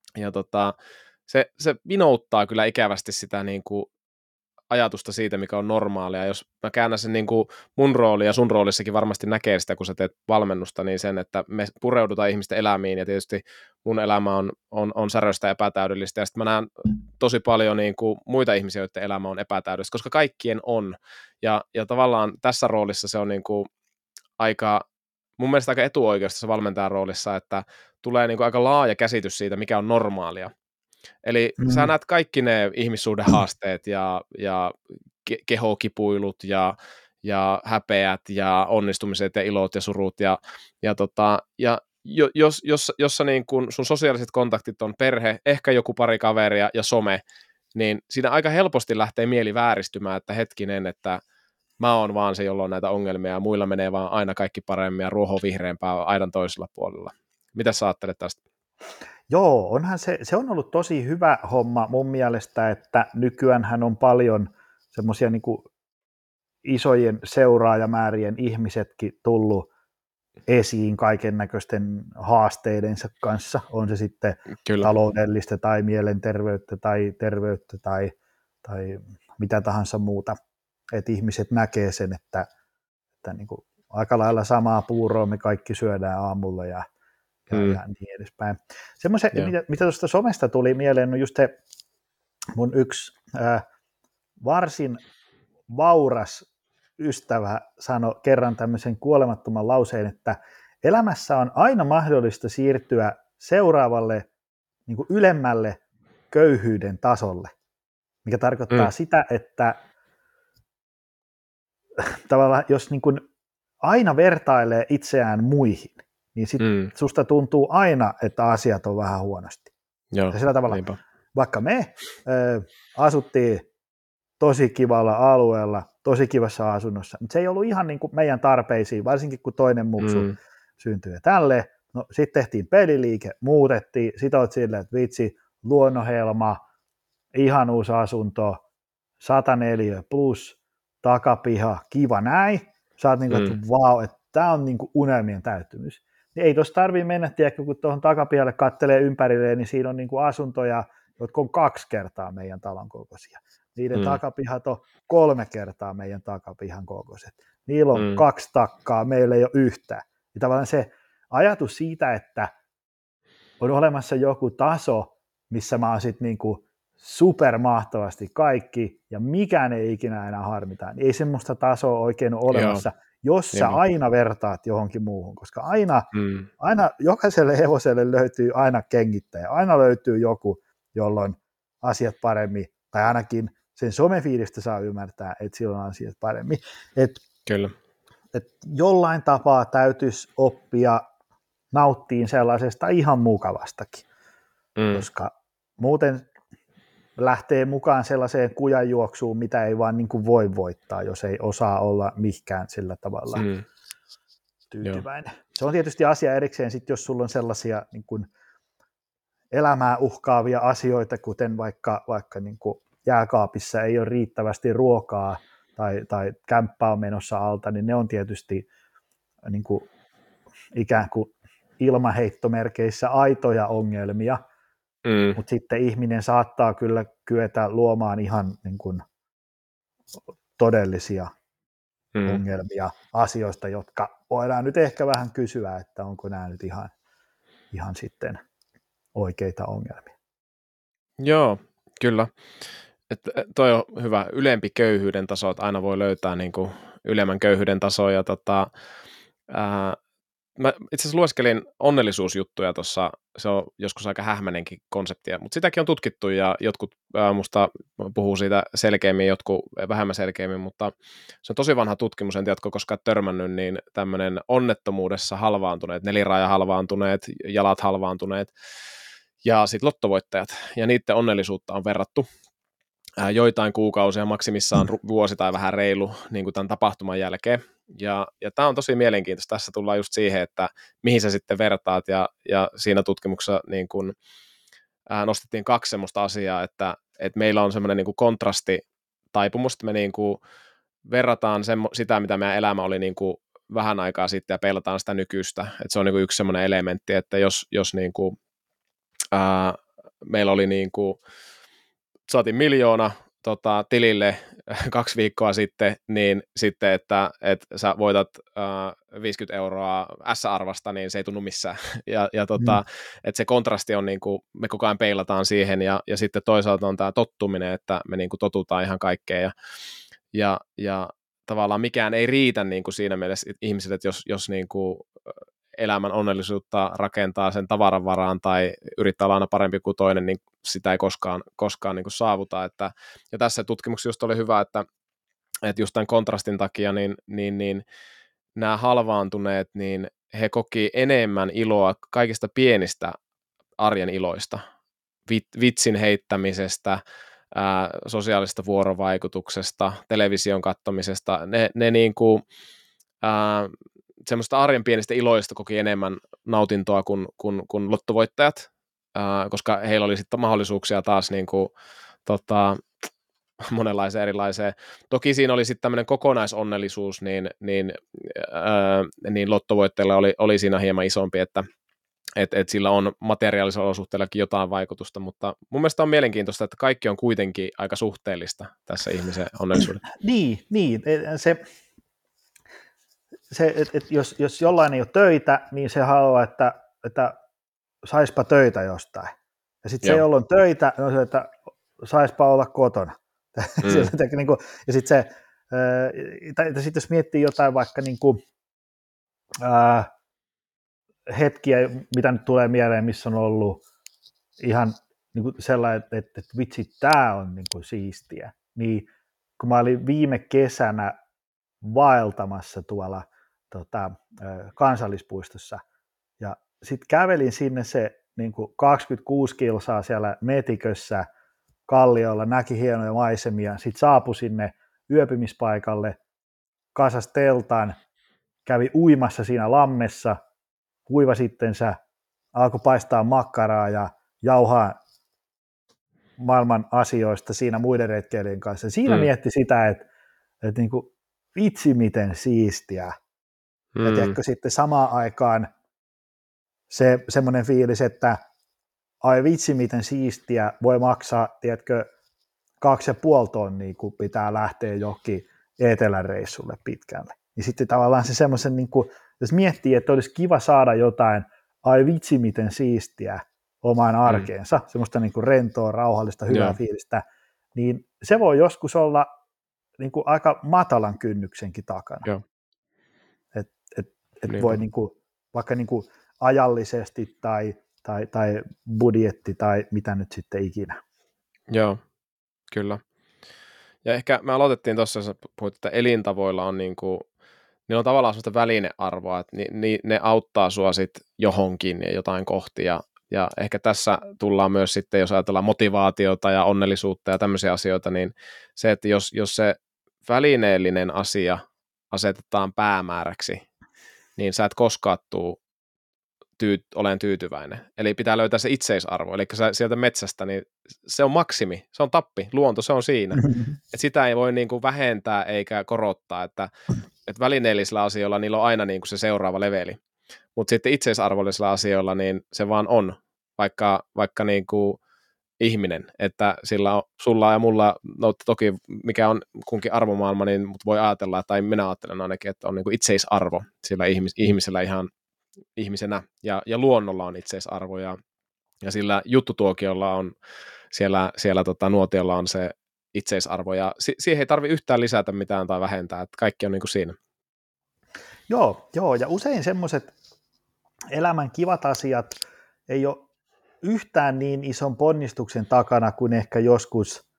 se vinouttaa kyllä ikävästi sitä niin kuin ajatusta siitä, mikä on normaalia. Jos mä käännän sen niin kuin mun rooli ja sun roolissakin varmasti näkee sitä, kun sä teet valmennusta, niin sen, että me pureudutaan ihmisten elämiin ja tietysti mun elämä on säröistä ja epätäydellistä ja sitten mä näen tosi paljon niin kuin muita ihmisiä, joiden elämä on epätäydellistä, koska kaikkien on ja tavallaan tässä roolissa se on niin kuin mun mielestä aika etuoikeus tässä valmentajan roolissa, että tulee niin kuin aika laaja käsitys siitä, mikä on normaalia. Eli sä näet kaikki ne ihmissuhdehaasteet ja kehokipuilut ja häpeät ja onnistumiset ja ilot ja surut jos niin kun sun sosiaaliset kontaktit on perhe, ehkä joku pari kaveria ja some, niin siinä aika helposti lähtee mieli vääristymään, että hetkinen, että mä oon vaan se, jolla on näitä ongelmia, ja muilla menee vaan aina kaikki paremmin, ja ruoho vihreämpää aidan toisella puolella. Mitä sä ajattelet tästä? Joo, onhan se on ollut tosi hyvä homma mun mielestä, että nykyäänhän on paljon semmoisia niin kuin isojen seuraajamäärien ihmisetkin tullut esiin kaiken näköisten haasteidensa kanssa, on se sitten Kyllä. taloudellista tai mielenterveyttä tai terveyttä tai mitä tahansa muuta, että ihmiset näkee sen, että niin kuin aika lailla samaa puuroa me kaikki syödään aamulla ja niin edespäin. Semmoisen, mitä tuosta somesta tuli mieleen, on just se mun yksi varsin vauras ystävä sanoi kerran tämmöisen kuolemattoman lauseen, että elämässä on aina mahdollista siirtyä seuraavalle niin kuin ylemmälle köyhyyden tasolle, mikä tarkoittaa sitä, että tavallaan jos niin kuin aina vertailee itseään muihin, niin sit susta tuntuu aina, että asiat on vähän huonosti. Joo, ja sillä tavalla, vaikka me asuttiin tosi kivalla alueella, tosi kivassa asunnossa, mutta se ei ollut ihan niin kuin meidän tarpeisiin, varsinkin kun toinen muksu syntyi tälle. No sitten tehtiin peliliike, muutettiin, sit olet silleen, että vitsi, luonnonhelma, ihan uusi asunto, 104 plus, takapiha, kiva näin. Sä oot niin kuin, että vau, että tää on niin kuin unelmien täyttymys. Niin ei tuossa tarvitse mennä, tiedätkö, kun tuohon takapihalle kattelee ympärilleen, niin siinä on niin kuin asuntoja, jotka on 2 kertaa meidän talon kokoisia. Niiden takapihat on 3 kertaa meidän takapihan kokoiset. Niillä on 2 takkaa, meillä ei ole yhtään. Ja tavallaan se ajatus siitä, että on olemassa joku taso, missä mä oon sitten niinku supermahtavasti kaikki, ja mikään ei ikinä enää harmita. Ei semmoista tasoa oikein ole olemassa, jos sä aina vertaat johonkin muuhun, koska aina jokaiselle hevoselle löytyy aina kengittäjä, aina löytyy joku, jolloin asiat paremmin, tai ainakin sen somefiilistä saa ymmärtää, että silloin on asiat paremmin. Kyllä. Et jollain tapaa täytyisi oppia nauttiin sellaisesta ihan mukavastakin, koska muuten lähtee mukaan sellaiseen kujanjuoksuun, mitä ei vaan niin kuin voi voittaa, jos ei osaa olla mihinkään sillä tavalla tyytyväinen. Joo. Se on tietysti asia erikseen, sit jos sulla on sellaisia niin kuin elämää uhkaavia asioita, kuten vaikka niin kuin jääkaapissa ei ole riittävästi ruokaa tai kämppä on menossa alta, niin ne on tietysti niin kuin ikään kuin ilmaheittomerkeissä aitoja ongelmia, mutta sitten ihminen saattaa kyllä kyetä luomaan ihan niin kuin todellisia ongelmia asioista, jotka voidaan nyt ehkä vähän kysyä, että onko nämä nyt ihan sitten oikeita ongelmia. Joo, kyllä. Toi on hyvä. Ylempi köyhyyden taso, että aina voi löytää niin kuin ylemmän köyhyyden tasoa. Ja mä itse asiassa lueskelin onnellisuusjuttuja tuossa, se on joskus aika hähmäinenkin konsepti, mutta sitäkin on tutkittu ja jotkut musta puhuu siitä selkeämmin, jotkut vähemmän selkeämmin, mutta se on tosi vanha tutkimus, en tiedä, koskaan törmännyt, niin tämmöinen onnettomuudessa halvaantuneet, neliraaja halvaantuneet, jalat halvaantuneet ja sitten lottovoittajat ja niiden onnellisuutta on verrattu joitain kuukausia, maksimissaan vuosi tai vähän reilu niin kuin tämän tapahtuman jälkeen. Ja tämä on tosi mielenkiintoista. Tässä tullaan just siihen, että mihin sä sitten vertaat. Ja siinä tutkimuksessa niin kuin, nostettiin 2 semmoista asiaa, että meillä on semmoinen niin kuin kontrastitaipumus, että me niin kuin verrataan sitä, mitä meidän elämä oli niin kuin vähän aikaa sitten ja peilataan sitä nykyistä. Että se on niin kuin yksi semmoinen elementti, että jos niin kuin, meillä oli niin kuin saatiin 1 miljoona tilille 2 viikkoa sitten, niin sitten, että sä voitat 50 euroa S-arvasta, niin se ei tunnu missään. Että se kontrasti on, niin kuin, me koko ajan peilataan siihen, ja sitten toisaalta on tämä tottuminen, että me niin kuin totutaan ihan kaikkeen, ja tavallaan mikään ei riitä niin kuin siinä mielessä ihmisille, että jos niin kuin elämän onnellisuutta rakentaa sen tavaran varaan tai yrittää olla aina parempi kuin toinen, niin sitä ei koskaan niin kuin saavuta. Ja tässä tutkimuksessa just oli hyvä, että just tämän kontrastin takia niin nämä halvaantuneet, niin he koki enemmän iloa kaikista pienistä arjen iloista, vitsin heittämisestä, sosiaalisesta vuorovaikutuksesta, television kattomisesta, ne niin kuin, semmoista arjen pienistä iloista koki enemmän nautintoa kuin lottovoittajat, koska heillä oli sitten mahdollisuuksia taas niin kuin, monenlaiseen erilaiseen. Toki siinä oli sitten tämmöinen kokonaisonnellisuus, niin lottovoittajilla oli siinä hieman isompi, että sillä on materiaalisilla olosuhteillakin jotain vaikutusta, mutta mun mielestä on mielenkiintoista, että kaikki on kuitenkin aika suhteellista tässä ihmisen onnellisuudessa. Niin. Jos jollain ei ole töitä, niin se haluaa, että saispa töitä jostain. Ja sitten se, jolla on töitä, on se, että saispa olla kotona. Ja sitten sit jos miettii jotain vaikka niin kuin, hetkiä, mitä nyt tulee mieleen, missä on ollut ihan niin kuin sellainen, että vitsi, tämä on niin kuin siistiä, niin kun mä olin viime kesänä vaeltamassa tuolla kansallispuistossa, ja sitten kävelin sinne se niin kuin 26 kilsaa siellä metikössä kalliolla, näki hienoja maisemia, sitten saapui sinne yöpymispaikalle, kasas teltan, kävi uimassa siinä lammessa, kuiva sittensä, alkoi paistaa makkaraa ja jauhaa maailman asioista siinä muiden retkeilijöiden kanssa. Siinä mietti sitä, että niin kuin, vitsi miten siistiä. Ja tiedätkö, sitten samaan aikaan semmoinen fiilis, että ai vitsi miten siistiä, voi maksaa, tiedätkö, 2,5 tonnia, kun pitää lähteä johonkin etelän reissulle pitkälle. Niin sitten tavallaan se semmoisen, niin kuin, jos miettii, että olisi kiva saada jotain, ai vitsi miten siistiä omaan arkeensa, semmoista niin kuin rentoa, rauhallista, hyvää fiilistä, niin se voi joskus olla niin kuin aika matalan kynnyksenkin takana. Et voi niin kuin, vaikka niin kuin ajallisesti tai budjetti tai mitä nyt sitten ikinä. Joo, kyllä. Ja ehkä me aloitettiin tuossa, jos puhuit, että elintavoilla on niin kuin, niillä on tavallaan sellaista välinearvoa, että ne auttaa sua sitten johonkin ja jotain kohti, ja ehkä tässä tullaan myös sitten, jos ajatellaan motivaatiota ja onnellisuutta ja tämmöisiä asioita, niin se, että jos se välineellinen asia asetetaan päämääräksi, niin sä et koskaan tule olen tyytyväinen. Eli pitää löytää se itseisarvo. Eli sieltä metsästä, niin se on maksimi, se on tappi, luonto, se on siinä. Et sitä ei voi niinku vähentää eikä korottaa, että välineellisillä asioilla niillä on aina niinku se seuraava leveli. Mutta sitten itseisarvollisilla asioilla niin se vaan on, vaikka niinku ihminen, että sulla ja mulla, no toki mikä on kunkin arvomaailma, niin mut voi ajatella, tai minä ajattelen ainakin, että on niinku itseisarvo sillä ihmisellä ihan ihmisenä, ja luonnolla on itseisarvo, ja sillä juttutuokiolla on siellä nuotiolla on se itseisarvo, ja siihen ei tarvitse yhtään lisätä mitään tai vähentää, että kaikki on niin kuin siinä. Joo, ja usein semmoiset elämän kivat asiat ei ole yhtään niin ison ponnistuksen takana, kuin ehkä joskus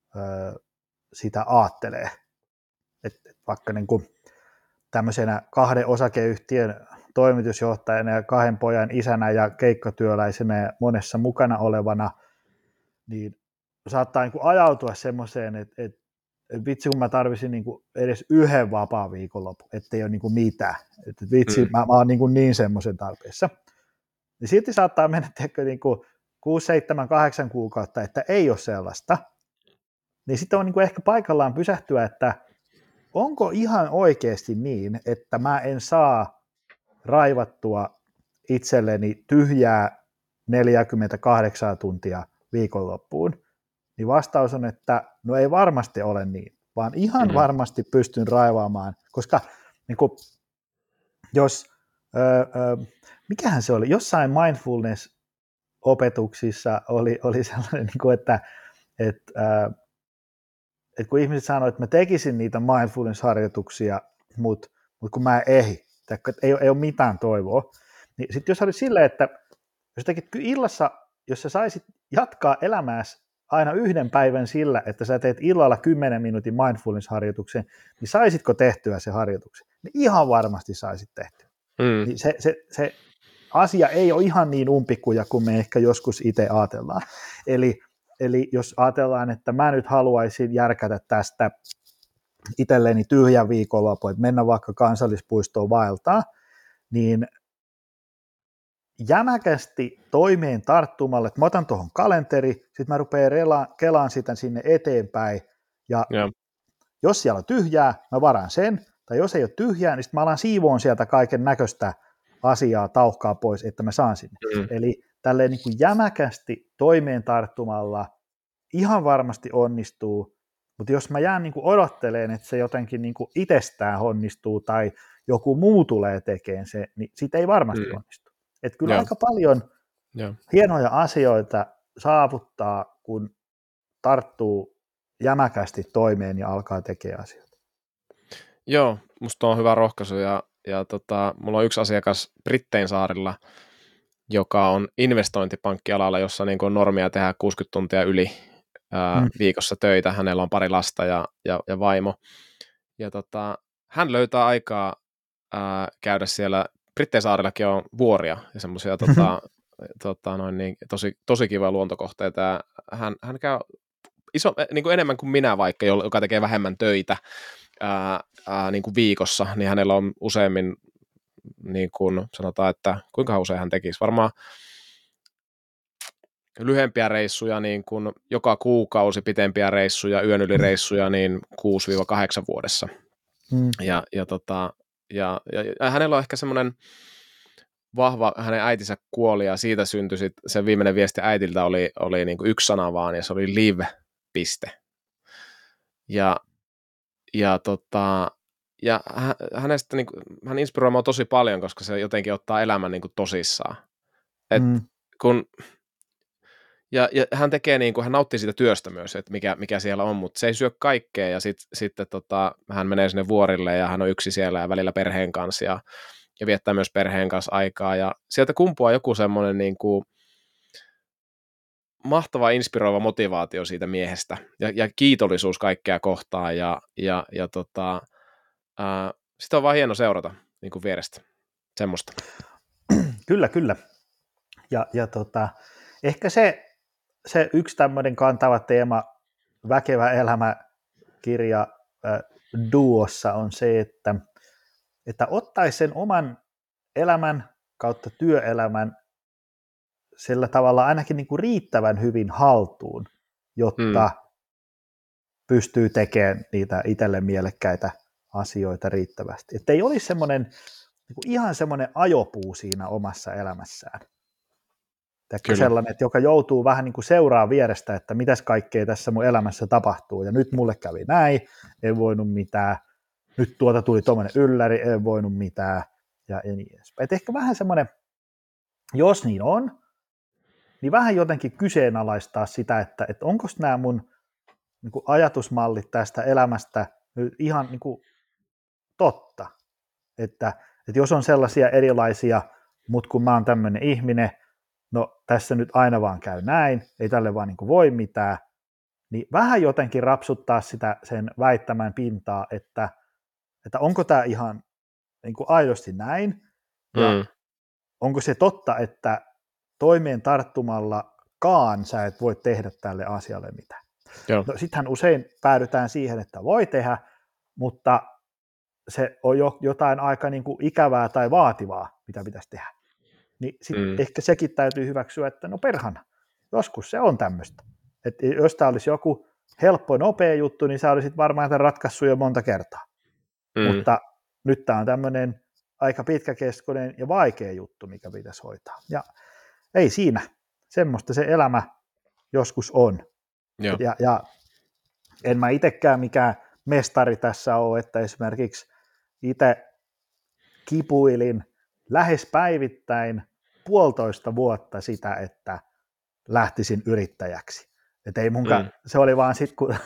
sitä aattelee. Et vaikka niin kuin tämmöisenä 2 osakeyhtiön toimitusjohtajana ja 2 pojan isänä ja keikkatyöläisenä ja monessa mukana olevana, niin saattaa niin kuin ajautua semmoiseen, että vitsi kun mä tarvisin niin kuin edes 1 vapaa viikonloppu, ettei ole niin kuin mitään. Että vitsi, mä oon niin semmoisen tarpeessa. Niin silti saattaa mennä niin kuin 6, 7, 8 kuukautta, että ei ole sellaista. Niin sitten on niin kuin ehkä paikallaan pysähtyä, että onko ihan oikeasti niin, että mä en saa raivattua itselleni tyhjää 48 tuntia viikonloppuun, niin vastaus on, että no ei varmasti ole niin, vaan ihan varmasti pystyn raivaamaan, koska niin kuin, jos, mikähän se oli, jossain mindfulness-opetuksissa oli sellainen, niin kuin, että kun ihmiset sanoivat, että mä tekisin niitä mindfulness-harjoituksia, mutta kun mä en ehdi, ei ole mitään toivoa, niin sitten jos olisi silleen, että jos tekit illassa, jos sä saisit jatkaa elämääsi aina 1 päivän sillä, että sä teet illalla 10 minuutin mindfulness-harjoituksen, niin saisitko tehtyä se harjoituksen? Niin ihan varmasti saisit tehtyä. Niin se asia ei ole ihan niin umpikuja kuin me ehkä joskus itse ajatellaan. Eli eli jos ajatellaan, että mä nyt haluaisin järkätä tästä itselleni tyhjän viikonlopun, että mennä vaikka kansallispuistoon vaeltaa, niin jämäkästi toimeen tarttumalle, että mä otan tuohon kalenteri, sitten mä rupean kelaan sitä sinne eteenpäin, ja jos siellä on tyhjää, mä varaan sen, tai jos ei ole tyhjää, niin sitten mä alan siivoon sieltä kaiken näköistä asiaa, tauhkaa pois, että mä saan sinne. Eli tälleen niin kuin jämäkästi toimeen tarttumalla ihan varmasti onnistuu, mutta jos mä jään niin kuin odottelemaan, että se jotenkin niin kuin itsestään onnistuu, tai joku muu tulee tekemään se, niin siitä ei varmasti onnistu. Että kyllä aika paljon hienoja asioita saavuttaa, kun tarttuu jämäkästi toimeen ja alkaa tekemään asioita. Joo, musta on hyvä rohkaisu ja mulla on yksi asiakas Brittein saarilla, joka on investointipankkialalla, jossa niin on normia tehdä 60 tuntia yli viikossa töitä. Hänellä on pari lasta ja vaimo. Ja hän löytää aikaa käydä siellä. Brittein saarillakin on vuoria ja semmoisia tosi kivoja luontokohteita. Ja hän käy niin kuin enemmän kuin minä vaikka, joka tekee vähemmän töitä niin kuin viikossa, niin hänellä on useammin, niin kuin sanotaan, että kuinka usein hän tekisi, varmaan lyhempiä reissuja niin kuin joka kuukausi, pitempiä reissuja, yön yli reissuja niin 6-8 vuodessa. Ja hänellä on ehkä semmoinen vahva, hänen äitinsä kuoli ja siitä syntyi se viimeinen viesti äitiltä oli niin kuin yksi sana vaan ja se oli live, piste. Ja hänestä niin kuin, hän inspiroi minua tosi paljon, koska se jotenkin ottaa elämän niin kuin tosissaan. Ja hän tekee niin kuin, hän nauttii siitä työstä myös, että mikä siellä on, mutta se ei syö kaikkea ja sitten hän menee sinne vuorille ja hän on yksi siellä ja välillä perheen kanssa ja viettää myös perheen kanssa aikaa ja sieltä kumpuaa joku semmoinen niin kuin mahtava inspiroiva motivaatio siitä miehestä ja kiitollisuus kaikkea kohtaan sitä on vaan hieno seurata niin kuin vierestä semmoista. Kyllä. Ja ehkä se yksi tämmöinen kantava teema Väkevä elämä-kirja duossa on se, että ottaisi sen oman elämän kautta työelämän sillä tavalla ainakin niin kuin riittävän hyvin haltuun, jotta pystyy tekemään niitä itselle mielekkäitä asioita riittävästi. Että ei olisi semmoinen niin kuin ihan semmoinen ajopuu siinä omassa elämässään. Sellainen, että joka joutuu vähän niin kuin seuraa vierestä, että mitäs kaikkea tässä mun elämässä tapahtuu, ja nyt mulle kävi näin, en voinut mitään, nyt tuli tuommoinen ylläri, en voinut mitään, ja niin edespäin. Et ehkä vähän semmoinen, jos niin on, niin vähän jotenkin kyseenalaistaa sitä, että onko nämä mun niin kuin ajatusmallit tästä elämästä nyt ihan niin kuin totta, että jos on sellaisia erilaisia, mutta kun mä oon tämmöinen ihminen, no tässä nyt aina vaan käy näin, ei tälle vaan niin kuin voi mitään, niin vähän jotenkin rapsuttaa sitä sen väittämän pintaa, että onko tämä ihan niin kuin aidosti näin, ja onko se totta, että toimeen tarttumallakaan sä et voi tehdä tälle asialle mitään. No, sittenhän usein päädytään siihen, että voi tehdä, mutta se on jotain aika niin kuin ikävää tai vaativaa, mitä pitäisi tehdä. Niin sitten ehkä sekin täytyy hyväksyä, että no perhana, joskus se on tämmöistä. Että jos tämä olisi joku helppo, nopea juttu, niin sä olisit varmaan tämän ratkaissut jo monta kertaa. Mutta nyt tämä on tämmöinen aika pitkäkestoinen ja vaikea juttu, mikä pitäisi hoitaa. Ja ei siinä. Semmoista se elämä joskus on. Ja en mä itsekään mikään mestari tässä ole, että esimerkiksi itse kipuilin lähes päivittäin 1,5 vuotta sitä, että lähtisin yrittäjäksi. Että ei munkaan, se oli vaan sitten, kun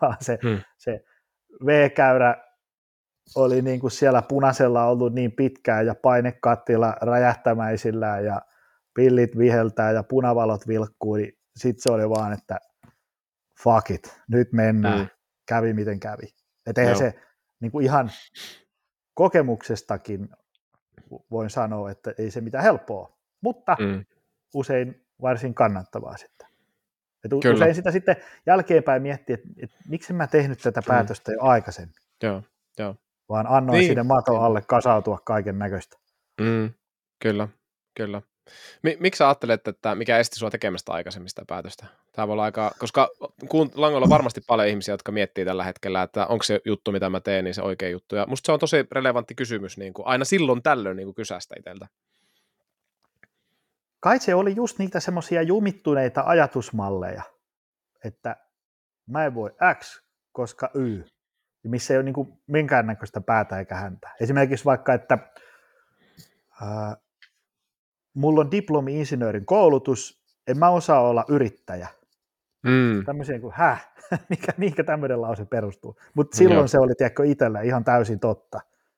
se V-käyrä oli niin kuin siellä punaisella ollut niin pitkään ja painekattila räjähtämäisillään ja pillit viheltää ja punavalot vilkkuu, niin sitten se oli vaan, että fuck it, nyt mennään, kävi miten kävi. Että eihän se niin kuin ihan kokemuksestakin voin sanoa, että ei se mitään helppoa, mutta usein varsin kannattavaa sitten. Et usein sitä sitten jälkeenpäin miettii, että miksi mä tehnyt tätä päätöstä jo aikaisemmin. Joo. Vaan annoin sinne maton alle kasautua kaiken näköistä. Kyllä. Miksi sä ajattelet, että mikä esti sua tekemästä aikaisemmista päätöstä? Tämä voi olla aika, koska langoilla on varmasti paljon ihmisiä, jotka miettii tällä hetkellä, että onko se juttu, mitä mä teen, niin se oikea juttu. Ja musta se on tosi relevantti kysymys, niin kuin aina silloin tällöin niin kuin kysästä itseltä. Kai se oli just niitä semmoisia jumittuneita ajatusmalleja, että mä en voi X, koska Y, missä ei ole niin kuin minkäännäköistä päätä eikä häntä. Esimerkiksi vaikka, että mulla on diplomi-insinöörin koulutus, en mä osaa olla yrittäjä. Tämmöiseen kuin mikä tämmöinen lause perustuu. Mutta silloin se oli, tiedätkö, itsellä ihan täysin totta.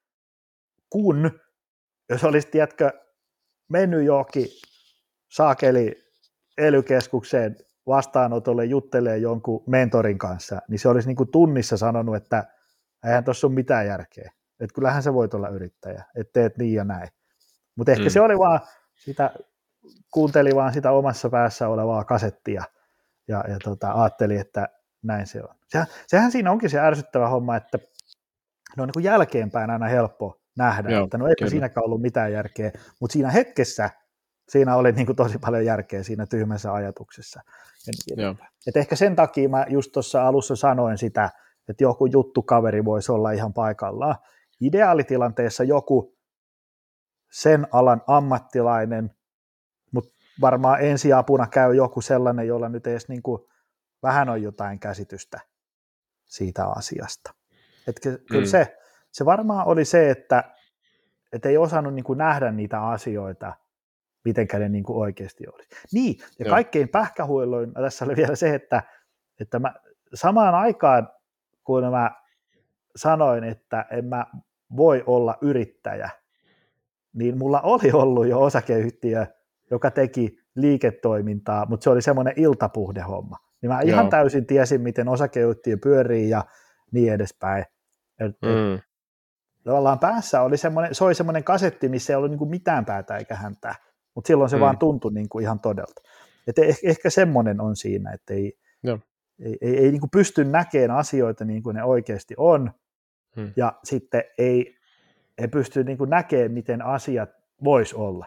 Jos olisi, tiedätkö, mennyt johonkin saakeli ELY-keskukseen vastaanotolle juttelee jonkun mentorin kanssa, niin se olisi niin kuin tunnissa sanonut, että eihän tuossa ole mitään järkeä. Että kyllähän sä voit olla yrittäjä, että teet niin ja näin. Mutta ehkä se oli vaan kuunteli vaan sitä omassa päässä olevaa kasettia ja ajatteli, että näin se on. Sehän siinä onkin se ärsyttävä homma, että ne on niin kuin jälkeenpäin aina helppo nähdä, että no eipä siinäkään ollut mitään järkeä, mutta siinä hetkessä siinä oli niin kuin tosi paljon järkeä siinä tyhmässä ajatuksessa. Et ehkä sen takia mä just tuossa alussa sanoin sitä, että joku juttukaveri voisi olla ihan paikallaan. Ideaalitilanteessa joku sen alan ammattilainen, mutta varmaan ensiapuna käy joku sellainen, jolla nyt edes niin kuin vähän on jotain käsitystä siitä asiasta. Kyllä se varmaan oli se, että ei osannut niin kuin nähdä niitä asioita, mitenkä ne niin kuin oikeasti olisi. Niin, ja kaikkein pähkähuilloin tässä oli vielä se, että mä samaan aikaan, kun mä sanoin, että en mä voi olla yrittäjä, niin mulla oli ollut jo osakeyhtiö, joka teki liiketoimintaa, mutta se oli semmoinen iltapuhdehomma. Niin mä ihan täysin tiesin, miten osakeyhtiö pyörii ja niin edespäin. Tavallaan päässä oli soi semmoinen kasetti, missä ei ollut niinku mitään päätä eikä häntää, mutta silloin se vaan tuntui niinku ihan todelta. Et ehkä semmoinen on siinä, että ei niinku pysty näkemään asioita niin kuin ne oikeasti on, ja sitten ei pysty niinku näkemään, miten asiat vois olla.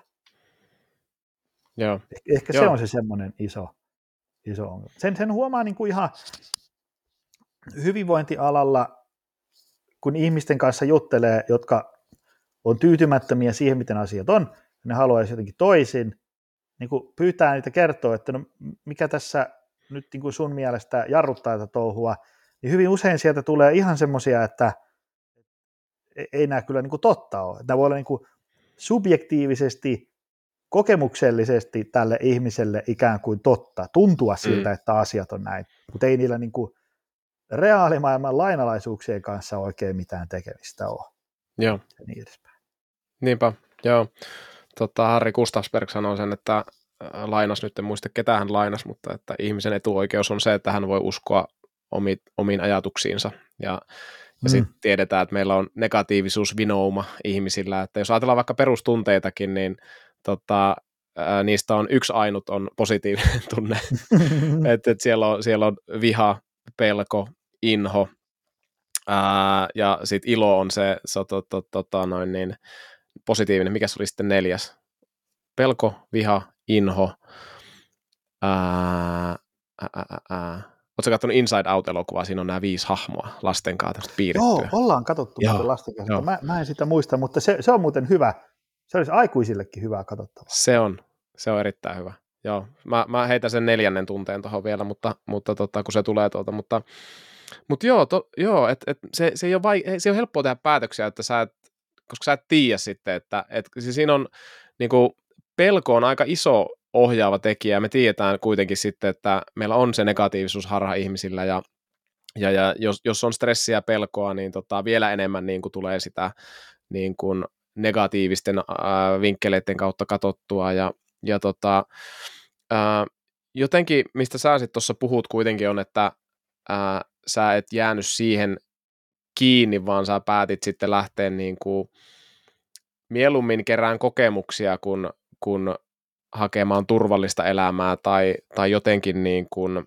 Ehkä se on se semmoinen iso ongelma. Sen huomaa niinku ihan hyvinvointialalla, kun ihmisten kanssa juttelee, jotka on tyytymättömiä siihen, miten asiat on, ne haluaisi jotenkin toisin, niin kun pyytää niitä kertoa, että no, mikä tässä nyt niin kuin sun mielestä jarruttaa tätä touhua, niin hyvin usein sieltä tulee ihan semmoisia, että ei nämä kyllä niin kuin totta ole. Nämä voi olla niin kuin subjektiivisesti, kokemuksellisesti tälle ihmiselle ikään kuin totta, tuntua siltä, että asiat on näin, mutta ei niillä niin kuin reaalimaailman lainalaisuuksien kanssa oikein mitään tekemistä ole. Joo. Ja niin edespäin. Niinpä, joo. Harri Gustafsberg sanoi sen, että lainas, nyt en muista ketä hän lainas, mutta että ihmisen etuoikeus on se, että hän voi uskoa omiin ajatuksiinsa. Ja sitten tiedetään, että meillä on negatiivisuusvinouma ihmisillä, että jos ajatellaan vaikka perustunteitakin, niin niistä on yksi ainut on positiivinen tunne. että siellä on viha, pelko, inho, ja sitten ilo on se positiivinen. Mikä se oli sitten 4? Pelko, viha, inho. Oletko katsonut Inside Out-elokuvaa? Siinä on nämä 5 hahmoa lasten kanssa piirrettyä. Joo, ollaan katsottu lasten kanssa. Mä en sitä muista, mutta se on muuten hyvä. Se olisi aikuisillekin hyvää katsottavaa. Se on erittäin hyvä. Joo, mä heitän sen 4. tunteen tuohon vielä, mutta kun se tulee tuolta. Mutta se ei ole helppoa tehdä päätöksiä, että koska sä et tiedä sitten, että siinä on niinku, pelko on aika iso ohjaava tekijä, me tiedetään kuitenkin sitten, että meillä on se negatiivisuusharha ihmisillä, ja jos on stressiä ja pelkoa, niin vielä enemmän niin kuin tulee sitä niin kuin negatiivisten vinkkeleiden kautta katsottua, ja jotenkin, mistä sä sitten tuossa puhut kuitenkin on, että sä et jäänyt siihen kiinni, vaan sä päätit sitten lähteä niin kuin mieluummin kerään kokemuksia, kun hakemaan turvallista elämää tai jotenkin niin kuin,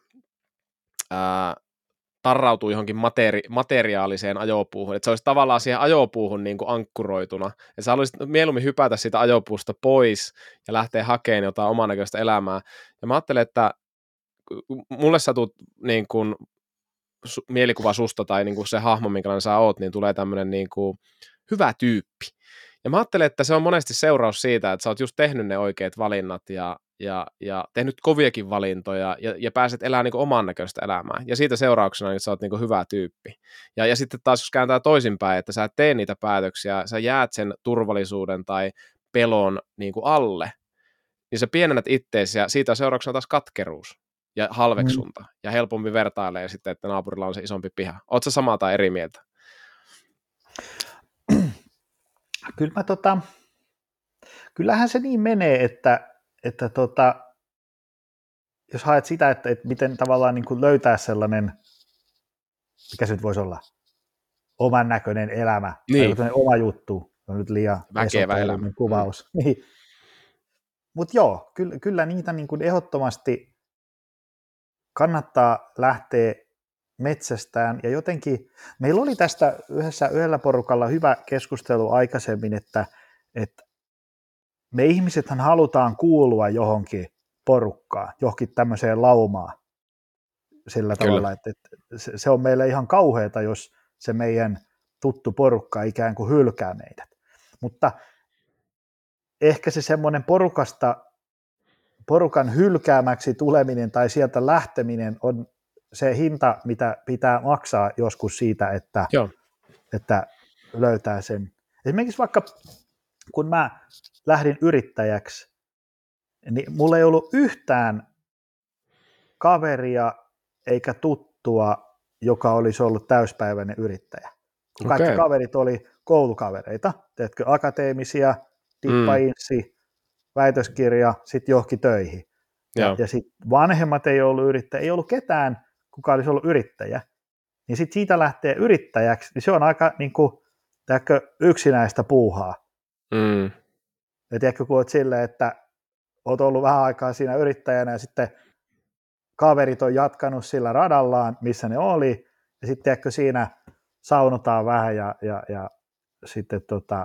tarrautuu johonkin materiaaliseen ajopuuhun, että se olisi tavallaan siihen ajopuuhun niin kuin ankkuroituna, ja sä haluaisit mieluummin hypätä siitä ajopuusta pois ja lähteä hakemaan jotain omanäköistä elämää, ja mä ajattelen, että mulle satut niin kuin mielikuva susta tai niin kuin se hahmo, minkälainen sä oot, niin tulee tämmöinen niin kuin hyvä tyyppi. Ja mä ajattelen, että se on monesti seuraus siitä, että sä oot just tehnyt ne oikeat valinnat ja tehnyt koviakin valintoja ja pääset elämään niin kuin oman näköistä elämää. Ja siitä seurauksena niin sä oot niin kuin hyvä tyyppi. Ja sitten taas jos kääntää toisinpäin, että sä et tee niitä päätöksiä, sä jäät sen turvallisuuden tai pelon niin kuin alle, niin sä pienennät itteesi ja siitä on seurauksena taas katkeruus ja halveksunta ja helpompi vertailee sitten, että naapurilla on se isompi piha. Ootko sä samaa tai eri mieltä? Kyllä kyllähän se niin menee, että jos haet sitä, että miten tavallaan niin kuin löytää sellainen, mikä se nyt voisi olla, oman näköinen elämä, Niin. tai oma juttu, on nyt liian väkevä elämä kuvaus. Niin. Mutta joo, kyllä niitä niin kuin ehdottomasti kannattaa lähteä metsästään, ja jotenkin, meillä oli tästä yhdellä porukalla hyvä keskustelu aikaisemmin, että me ihmisethän halutaan kuulua johonkin porukkaan, johonkin tämmöiseen laumaan sillä tavalla, että se on meille ihan kauheata, jos se meidän tuttu porukka ikään kuin hylkää meidät. Mutta ehkä se semmoinen porukan hylkäämäksi tuleminen tai sieltä lähteminen on se hinta, mitä pitää maksaa joskus siitä, että löytää sen. Esimerkiksi vaikka kun mä lähdin yrittäjäksi, niin mulla ei ollut yhtään kaveria eikä tuttua, joka olisi ollut täyspäiväinen yrittäjä. Kun kaikki kaverit oli koulukavereita, teetkö, akateemisia, dippainsi, väitöskirja, sitten johonkin töihin. Ja sitten vanhemmat ei ollut yrittäjä, ei ollut ketään, kuka olisi ollut yrittäjä. Niin sitten siitä lähtee yrittäjäksi, niin se on aika niin kuin, yksinäistä puuhaa. Ja tiedätkö, kun olet silleen, että olet ollut vähän aikaa siinä yrittäjänä ja sitten kaverit on jatkanut sillä radallaan, missä ne oli, ja sitten tiedätkö, siinä saunotaan vähän ja sitten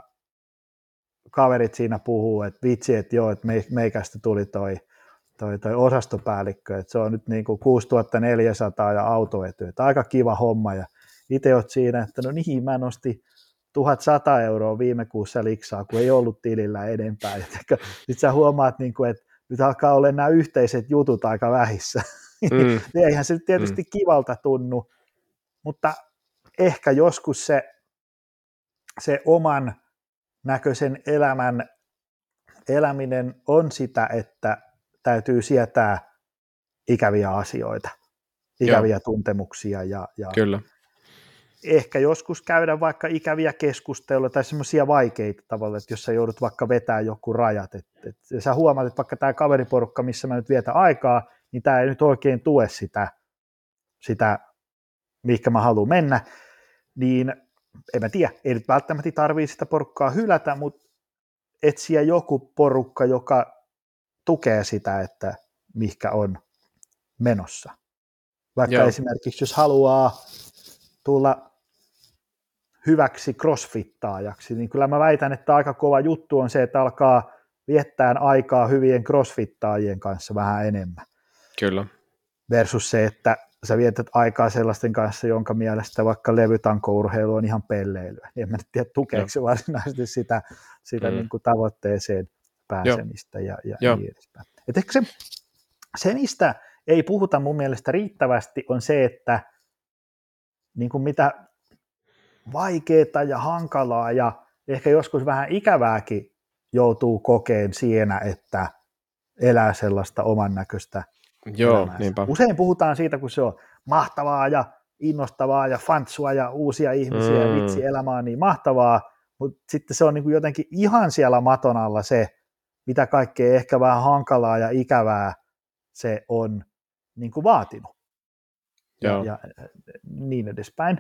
kaverit siinä puhuu, että vitsi, että joo, että meikästä tuli toi osastopäällikkö, että se on nyt niin kuin 6400 ja autoety, että aika kiva homma, ja itse olet siinä, että no niin, mä nostin 1100 € viime kuussa liksaa, kun ei ollut tilillä enempää, ja sitten sä huomaat, niin kuin, että nyt alkaa olla nämä yhteiset jutut aika vähissä, eihän se tietysti kivalta tunnu, mutta ehkä joskus se oman näköisen eläminen on sitä, että täytyy sietää ikäviä asioita, ikäviä tuntemuksia ja Kyllä. ehkä joskus käydä vaikka ikäviä keskusteluja tai semmoisia vaikeita tavalla, että jos sä joudut vaikka vetämään joku rajat, että sä huomaat, että vaikka tämä kaveriporukka, missä mä nyt vietän aikaa, niin tämä ei nyt oikein tue sitä mihinkä mä haluan mennä, niin en mä tiedä, ei nyt välttämättä tarvitse sitä porukkaa hylätä, mutta etsiä joku porukka, joka tukee sitä, että mihinkä on menossa. Vaikka esimerkiksi, jos haluaa tulla hyväksi crossfittaajaksi, niin kyllä mä väitän, että aika kova juttu on se, että alkaa viettää aikaa hyvien crossfittaajien kanssa vähän enemmän. Kyllä. Versus se, että sä vietät aikaa sellaisten kanssa, jonka mielestä vaikka levytankourheilu on ihan pelleilyä. En mä tiedä, tukeeko se varsinaisesti sitä niin kuin tavoitteeseen pääsemistä ja niin edespäin. Et ehkä se, mistä ei puhuta mun mielestä riittävästi, on se, että niin kuin mitä vaikeaa ja hankalaa ja ehkä joskus vähän ikävääkin joutuu kokeen siinä, että elää sellaista oman näköistä elämää. Niinpä. Usein puhutaan siitä, kun se on mahtavaa ja innostavaa ja fantsua ja uusia ihmisiä ja vitsi, elämä on niin mahtavaa, mutta sitten se on niin kuin jotenkin ihan siellä maton alla se, mitä kaikkea ehkä vähän hankalaa ja ikävää se on niin kuin vaatinut. Ja niin edespäin.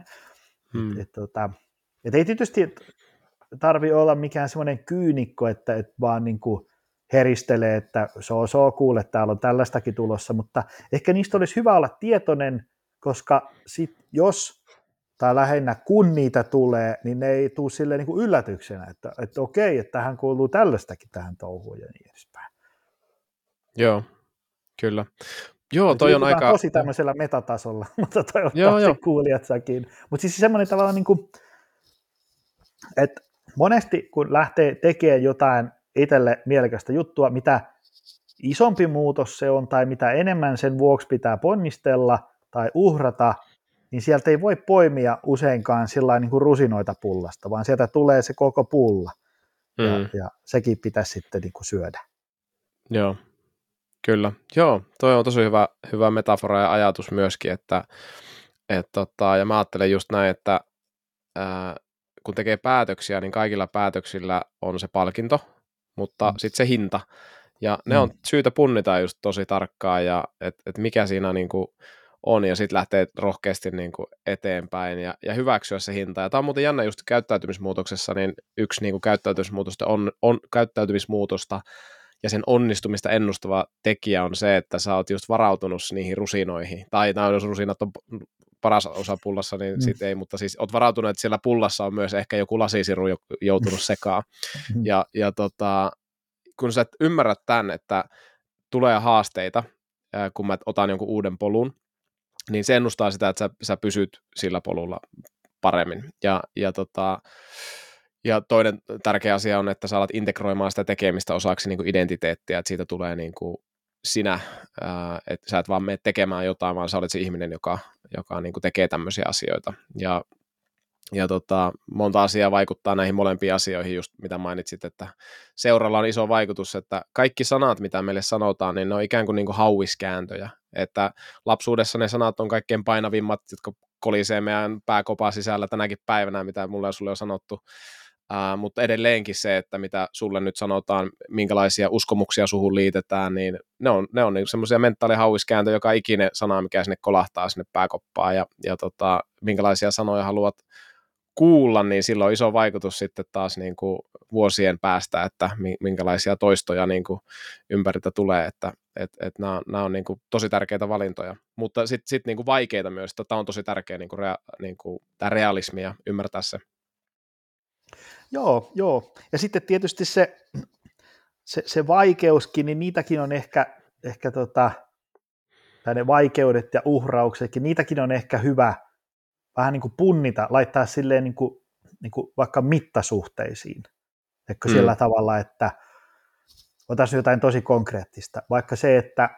Et ei tietysti tarvitse olla mikään semmoinen kyynikko, että vaan niin kuin heristelee, että kuule, täällä on tällaistakin tulossa, mutta ehkä niistä olisi hyvä olla tietoinen, koska jos tai lähinnä kun niitä tulee, niin ne ei tule silleen niin kuin yllätyksenä, että okei, että tähän kuuluu tällaistakin tähän touhuun ja niin edespäin. Joo, kyllä. Joo, nyt toi on aika... tosi tämmöisellä metatasolla, mutta toivottavasti kuulijat säkin. Mutta siis semmoinen tavallaan, niin kuin, että monesti kun lähtee tekemään jotain itselle mielekästä juttua, mitä isompi muutos se on tai mitä enemmän sen vuoksi pitää ponnistella tai uhrata, niin sieltä ei voi poimia useinkaan sillain niin kuin rusinoita pullasta, vaan sieltä tulee se koko pulla ja sekin pitäisi sitten niin kuin syödä. Joo, kyllä. Joo, toi on tosi hyvä metafora ja ajatus myöskin, ja mä ajattelen just näin, että kun tekee päätöksiä, niin kaikilla päätöksillä on se palkinto, mutta sitten se hinta. Ja ne on syytä punnita just tosi tarkkaan, ja et mikä siinä niinku on, ja sitten lähtee rohkeasti niinku eteenpäin ja hyväksyä se hinta. Ja tämä on muuten jännä just käyttäytymismuutoksessa, niin yksi niinku käyttäytymismuutosta ja sen onnistumista ennustava tekijä on se, että sä oot just varautunut niihin rusinoihin. Tai jos rusinat on paras osa pullassa, niin sitten ei, mutta siis oot varautunut, että siellä pullassa on myös ehkä joku lasisiru joutunut sekaan. Ja kun sä ymmärrät tämän, että tulee haasteita, kun mä otan jonkun uuden polun, niin se ennustaa sitä, että sä pysyt sillä polulla paremmin. Ja toinen tärkeä asia on, että sä alat integroimaan sitä tekemistä osaksi niin kuin identiteettiä, että siitä tulee niin kuin sinä, että sä et vaan mene tekemään jotain, vaan sä olet se ihminen, joka niin kuin tekee tämmöisiä asioita. Ja monta asiaa vaikuttaa näihin molempiin asioihin, just mitä mainitsit, että seuralla on iso vaikutus, että kaikki sanat, mitä meille sanotaan, niin ne on ikään kuin hauiskääntöjä, että lapsuudessa ne sanat on kaikkein painavimmat, jotka kolisee meidän pääkopaa sisällä tänäkin päivänä, mitä mulle ja sulle on sanottu, mutta edelleenkin se, että mitä sulle nyt sanotaan, minkälaisia uskomuksia suhun liitetään, niin ne on niin semmoisia mentaalihauiskääntöjä, joka ikinen sana, mikä sinne kolahtaa sinne pääkoppaan, ja minkälaisia sanoja haluat kuulla, niin sillä on iso vaikutus sitten taas niin kuin vuosien päästä, että minkälaisia toistoja niin kuin ympäriltä tulee, että nämä on niin kuin tosi tärkeitä valintoja, mutta sitten niin kuin vaikeita myös, tämä on tosi tärkeä niin kuin tämä realismi ja ymmärtää se. Joo. Ja sitten tietysti se vaikeuskin, niin niitäkin on ehkä tai ne vaikeudet ja uhrauksetkin, niitäkin on ehkä hyvä vähän niin kuin punnita, laittaa silleen niin kuin vaikka mittasuhteisiin. Eikö sillä tavalla, että otas jotain tosi konkreettista, vaikka se,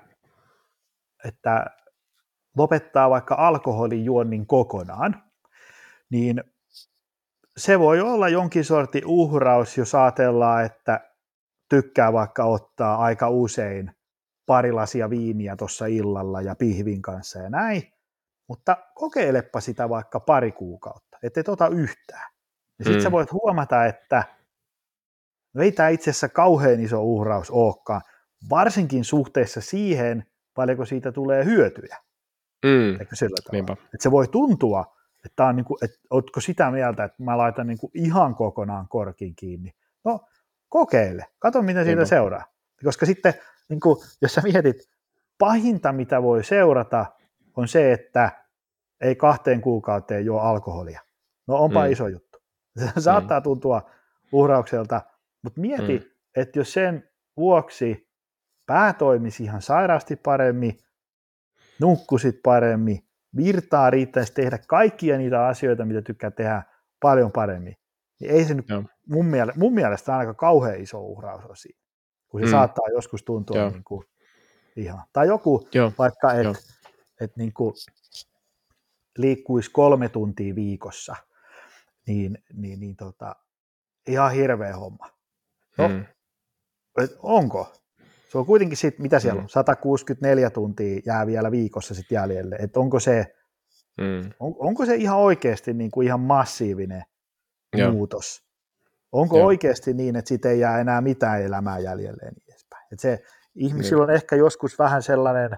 että lopettaa vaikka alkoholin juonnin kokonaan, niin se voi olla jonkin sortin uhraus, jos ajatellaan, että tykkää vaikka ottaa aika usein pari lasia viiniä tuossa illalla ja pihvin kanssa ja näin, mutta kokeilepa sitä vaikka pari kuukautta, et ota yhtään. Ja sitten sä voit huomata, että ei tämä itse asiassa kauhean iso uhraus olekaan, varsinkin suhteessa siihen, paljonko siitä tulee hyötyjä. Eikö sillä tavalla? Että se voi tuntua, että on niinku, että ootko sitä mieltä, että mä laitan niinku ihan kokonaan korkin kiinni. No kokeile, kato mitä siitä seuraa. Koska sitten, niinku, jos sä mietit, pahinta mitä voi seurata on se, että ei 2 kuukauteen juo alkoholia. No onpa iso juttu. Se saattaa tuntua uhraukselta, mutta mieti, että jos sen vuoksi pää toimisi ihan sairaasti paremmin, nukkusit paremmin, virtaa riittäisi tehdä kaikkia niitä asioita, mitä tykkää tehdä paljon paremmin, niin ei se nyt mun mielestä aika kauhean iso uhraus ole siinä, kun se saattaa joskus tuntua niin kuin ihan. Tai joku vaikka, että niin kuin liikkuisi 3 tuntia viikossa, niin ihan hirveä homma. No, onko? Se on kuitenkin sitten, mitä siellä on, 164 tuntia jää vielä viikossa sitten jäljelle, että onko se, onko se ihan oikeasti niin kuin ihan massiivinen muutos? Onko oikeasti niin, että siitä ei jää enää mitään elämää jäljelle ja niin edespäin? Että se ihmisillä on ehkä joskus vähän sellainen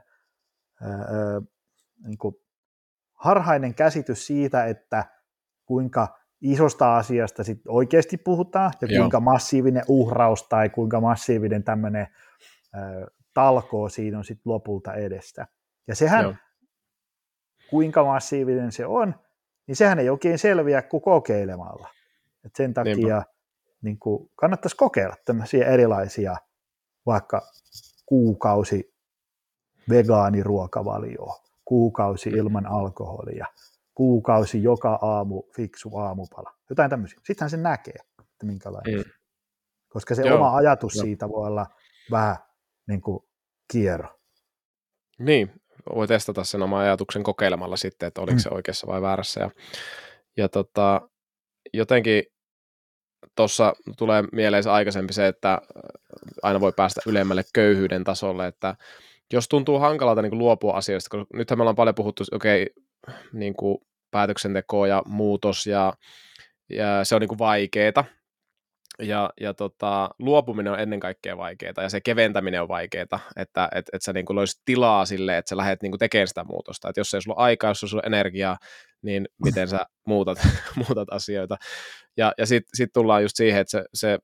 niin kuin harhainen käsitys siitä, että kuinka isosta asiasta sit oikeasti puhutaan, ja kuinka massiivinen uhraus tai kuinka massiivinen tämmöinen talkoo siinä on sit lopulta edessä. Ja sehän, kuinka massiivinen se on, niin sehän ei oikein selviä kuin kokeilemalla. Et sen takia niin kannattaisi kokeilla tämmöisiä erilaisia, vaikka kuukausi vegaaniruokavalioa, kuukausi ilman alkoholia, kuukausi joka aamu fiksu aamupala, jotain tämmöisiä. Sittenhän se näkee, että minkälainen. Koska se oma ajatus siitä voi olla vähän niin kuin kierro. Niin, voi testata sen oman ajatuksen kokeilemalla sitten, että oliko se oikeassa vai väärässä. Ja jotenkin tuossa tulee mieleen se aikaisempi se, että aina voi päästä ylemmälle köyhyyden tasolle, että jos tuntuu hankalalta niin kuin luopua asioista, koska nythän me ollaan paljon puhuttu, niin kuin päätöksentekoa ja muutos, ja se on niin kuin vaikeeta, ja luopuminen on ennen kaikkea vaikeeta, ja se keventäminen on vaikeeta, että sä niin kuin loisit tilaa sille, että sä lähdet niin kuin tekemään sitä muutosta, että jos ei sulla ole aikaa, jos ei sulla ole energiaa, niin miten sä muutat asioita, ja sit tullaan just siihen, että se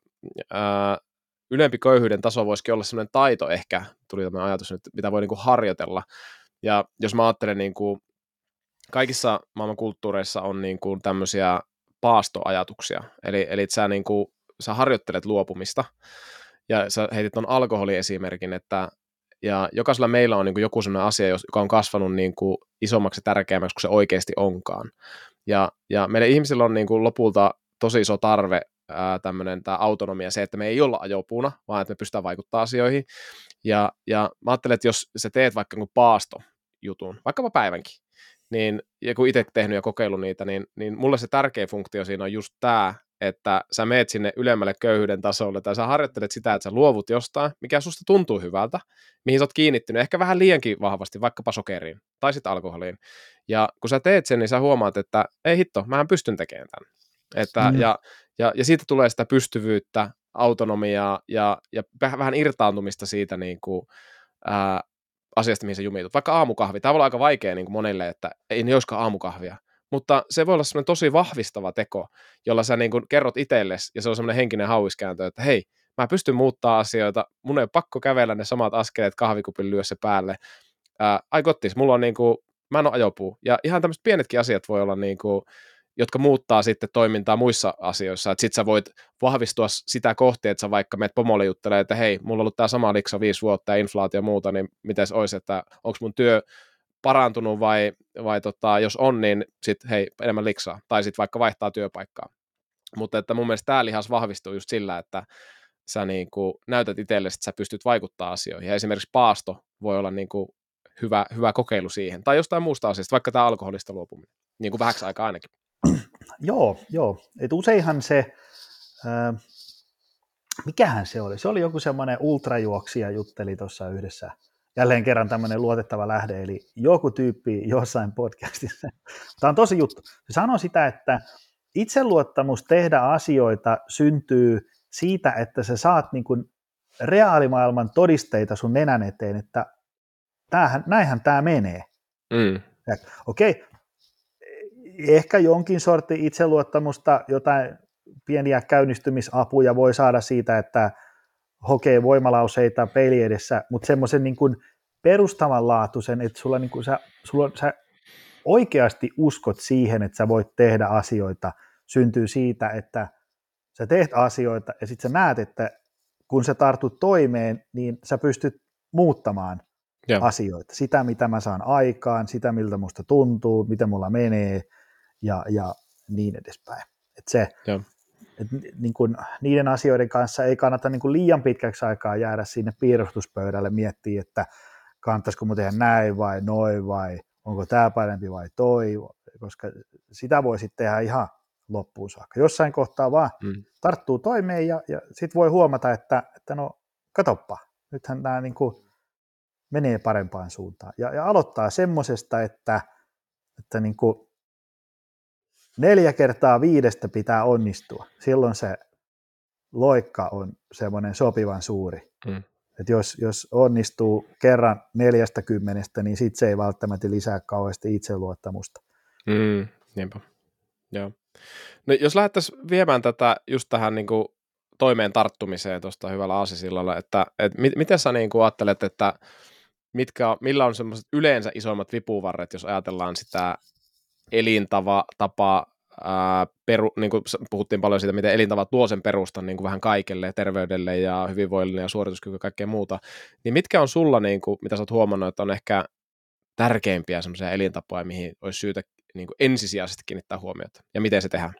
ylempi köyhyyden taso voisikin olla sellainen taito ehkä, tuli tämä ajatus nyt, mitä voi niin kuin harjoitella, ja jos mä ajattelen niin kuin kaikissa maailman kulttuureissa on niin kuin tämmöisiä paastoajatuksia, eli sä harjoittelet luopumista, ja sä heitit ton alkoholiesimerkin, ja jokaisella meillä on niin kuin joku sellainen asia, joka on kasvanut niin kuin isommaksi ja tärkeämmäksi kuin se oikeasti onkaan, ja meidän ihmisillä on niin kuin lopulta tosi iso tarve tämä autonomia, se, että me ei olla ajopuuna, vaan että me pystytään vaikuttamaan asioihin, ja mä ajattelen, että jos sä teet vaikka niin paastojutun, vaikkapa päivänkin, niin, ja kun itse tehnyt ja kokeillut niitä, niin mulle se tärkeä funktio siinä on just tämä, että sä meet sinne ylemmälle köyhyyden tasolle, tai sä harjoittelet sitä, että sä luovut jostain, mikä susta tuntuu hyvältä, mihin sä oot kiinnittynyt, ehkä vähän liiankin vahvasti, vaikkapa sokeriin, tai sitten alkoholiin, ja kun sä teet sen, niin sä huomaat, että ei hitto, mähän pystyn tekemään tämän, ja siitä tulee sitä pystyvyyttä, autonomiaa, ja vähän irtaantumista siitä niin kuin, asiasta, mihin sä jumitut. Vaikka aamukahvi. Tämä voi olla aika vaikea niin kuin monelle, että ei ne olisikaan aamukahvia. Mutta se voi olla semmoinen tosi vahvistava teko, jolla sä niin kuin kerrot itsellesi, ja se on semmoinen henkinen hauiskääntö, että hei, mä pystyn muuttaa asioita, mun ei ole pakko kävellä ne samat askeleet kahvikupin lyössä päälle. Ai kottis, mulla on niin kuin, mä en ole ajopuu. Ja ihan tämmöiset pienetkin asiat voi olla niin kuin, jotka muuttaa sitten toimintaa muissa asioissa, että sit sä voit vahvistua sitä kohti, että sä vaikka meet pomolle juttelemaan, että hei, mulla on ollut tää sama liksa 5 vuotta ja inflaatio ja muuta, niin mites olisi, että onko mun työ parantunut vai jos on, niin sit hei, enemmän liksaa, tai sit vaikka vaihtaa työpaikkaa. Mutta että mun mielestä tää lihas vahvistuu just sillä, että sä niinku näytät itsellesi, että sä pystyt vaikuttaa asioihin, ja esimerkiksi paasto voi olla niinku hyvä kokeilu siihen, tai jostain muusta asiasta, vaikka tämä alkoholista luopuminen, niin kuin vähäksi aikaa ainakin. Joo. Et useinhan se, mikähän se oli? Se oli joku semmoinen ultrajuoksija jutteli tuossa yhdessä, jälleen kerran tämmöinen luotettava lähde, eli joku tyyppi jossain podcastissa. Tämä on tosi juttu. Se sanoi sitä, että itseluottamus tehdä asioita syntyy siitä, että sä saat niin kuin reaalimaailman todisteita sun nenän eteen, että näinhän tämä menee. Okei, ehkä jonkin sortin itseluottamusta, jotain pieniä käynnistymisapuja voi saada siitä, että hokee voimalauseita peili edessä, mutta semmoisen niin kuin perustavanlaatuisen, että sä oikeasti uskot siihen, että sä voit tehdä asioita, syntyy siitä, että sä teet asioita ja sitten sä näet, että kun sä tartut toimeen, niin sä pystyt muuttamaan asioita. Sitä, mitä mä saan aikaan, sitä, miltä musta tuntuu, mitä mulla menee ja niin edespäin. Niin kun, niiden asioiden kanssa ei kannata niin kun liian pitkäksi aikaa jäädä sinne piirustuspöydälle miettiä, että kannattaisiko mun tehdä näin vai noin vai onko tämä parempi vai toi, koska sitä voi sitten tehdä ihan loppuun saakka. Jossain kohtaa vaan tarttuu toimeen ja sitten voi huomata, että no katoppa, nythän tämä niin kuin menee parempaan suuntaan. Ja aloittaa semmosesta, että niin kuin 4 kertaa 5 pitää onnistua. Silloin se loikka on semmoinen sopivan suuri. Että jos onnistuu kerran 40, niin sitten se ei välttämättä lisää kauheasti itseluottamusta. Niinpä. Joo. No, jos lähdettäisiin viemään tätä just tähän niin kuin toimeen tarttumiseen tuosta hyvällä aasisillalla, että miten sä niin kuin ajattelet, että millä on semmoiset yleensä isoimmat vipuvarret, jos ajatellaan sitä elintapaa, niin kuin puhuttiin paljon siitä, miten elintavat luo sen perustan niin kuin vähän kaikelle, terveydelle ja hyvinvoinnille ja suorituskyky ja kaikkea muuta, niin mitkä on sulla, niin kuin, mitä sä oot huomannut, että on ehkä tärkeimpiä semmoisia elintapoja, mihin olisi syytä niin kuin ensisijaisesti kiinnittää huomiota, ja miten se tehdään?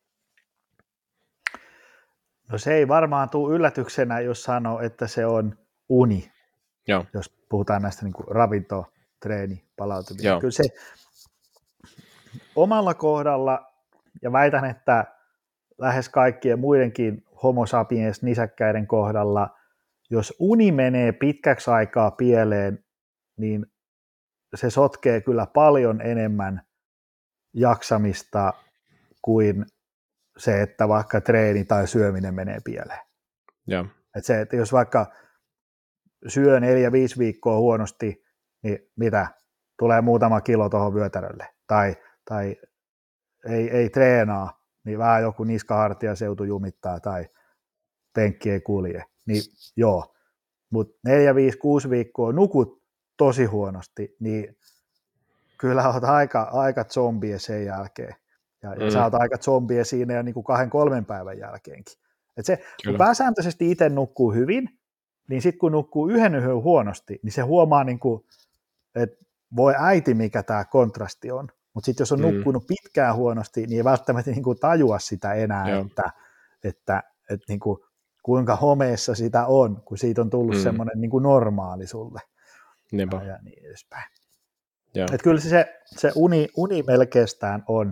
No se ei varmaan tule yllätyksenä, jos sanoo, että se on uni, Joo. jos puhutaan näistä niin kuin ravinto, treeni, palautumista. Joo. Kyllä se omalla kohdalla, ja väitän, että lähes kaikkien muidenkin homo sapiens nisäkkäiden kohdalla, jos uni menee pitkäksi aikaa pieleen, niin se sotkee kyllä paljon enemmän jaksamista kuin se, että vaikka treeni tai syöminen menee pieleen. Joo. Että jos vaikka syö 4-5 viikkoa huonosti, niin mitä? Tulee muutama kilo tuohon vyötärölle. Tai ei treenaa, niin vähän joku niskahartiaseutu jumittaa tai penkki ei kulje. Niin joo, mutta 4-5-6 viikkoa nukut tosi huonosti, niin kyllä olet aika zombie sen jälkeen. Ja sä oot aika zombie siinä jo niin kuin 2-3 päivän jälkeenkin. Et se, kun pääsääntöisesti itse nukkuu hyvin, niin sitten kun nukkuu yhden yön huonosti, niin se huomaa, niin kuin, että voi äiti, mikä tämä kontrasti on. Mutta sitten jos on nukkunut pitkään huonosti, niin ei välttämättä niin kuin tajua sitä enää, että niin kuin, kuinka homeessa sitä on, kun siitä on tullut semmoinen niin kuin normaali sulle. Ja niin edespäin. Että kyllä se uni melkeistään on.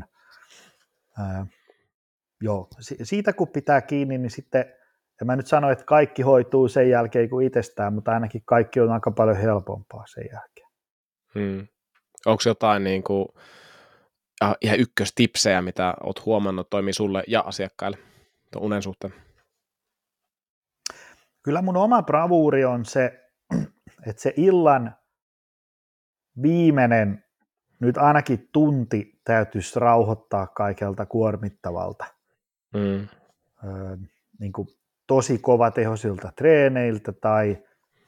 Joo, siitä kun pitää kiinni, niin sitten, en mä nyt sano, että kaikki hoituu sen jälkeen kuin itsestään, mutta ainakin kaikki on aika paljon helpompaa sen jälkeen. Onko jotain niin kuin, ihan ykköstipsejä, mitä olet huomannut toimii sulle ja asiakkaille tuon unen suhteen? Kyllä mun oma bravuuri on se, että se illan viimeinen nyt ainakin tunti täytyisi rauhoittaa kaikelta kuormittavalta. Niin kuin tosi kovatehoisilta treeneiltä tai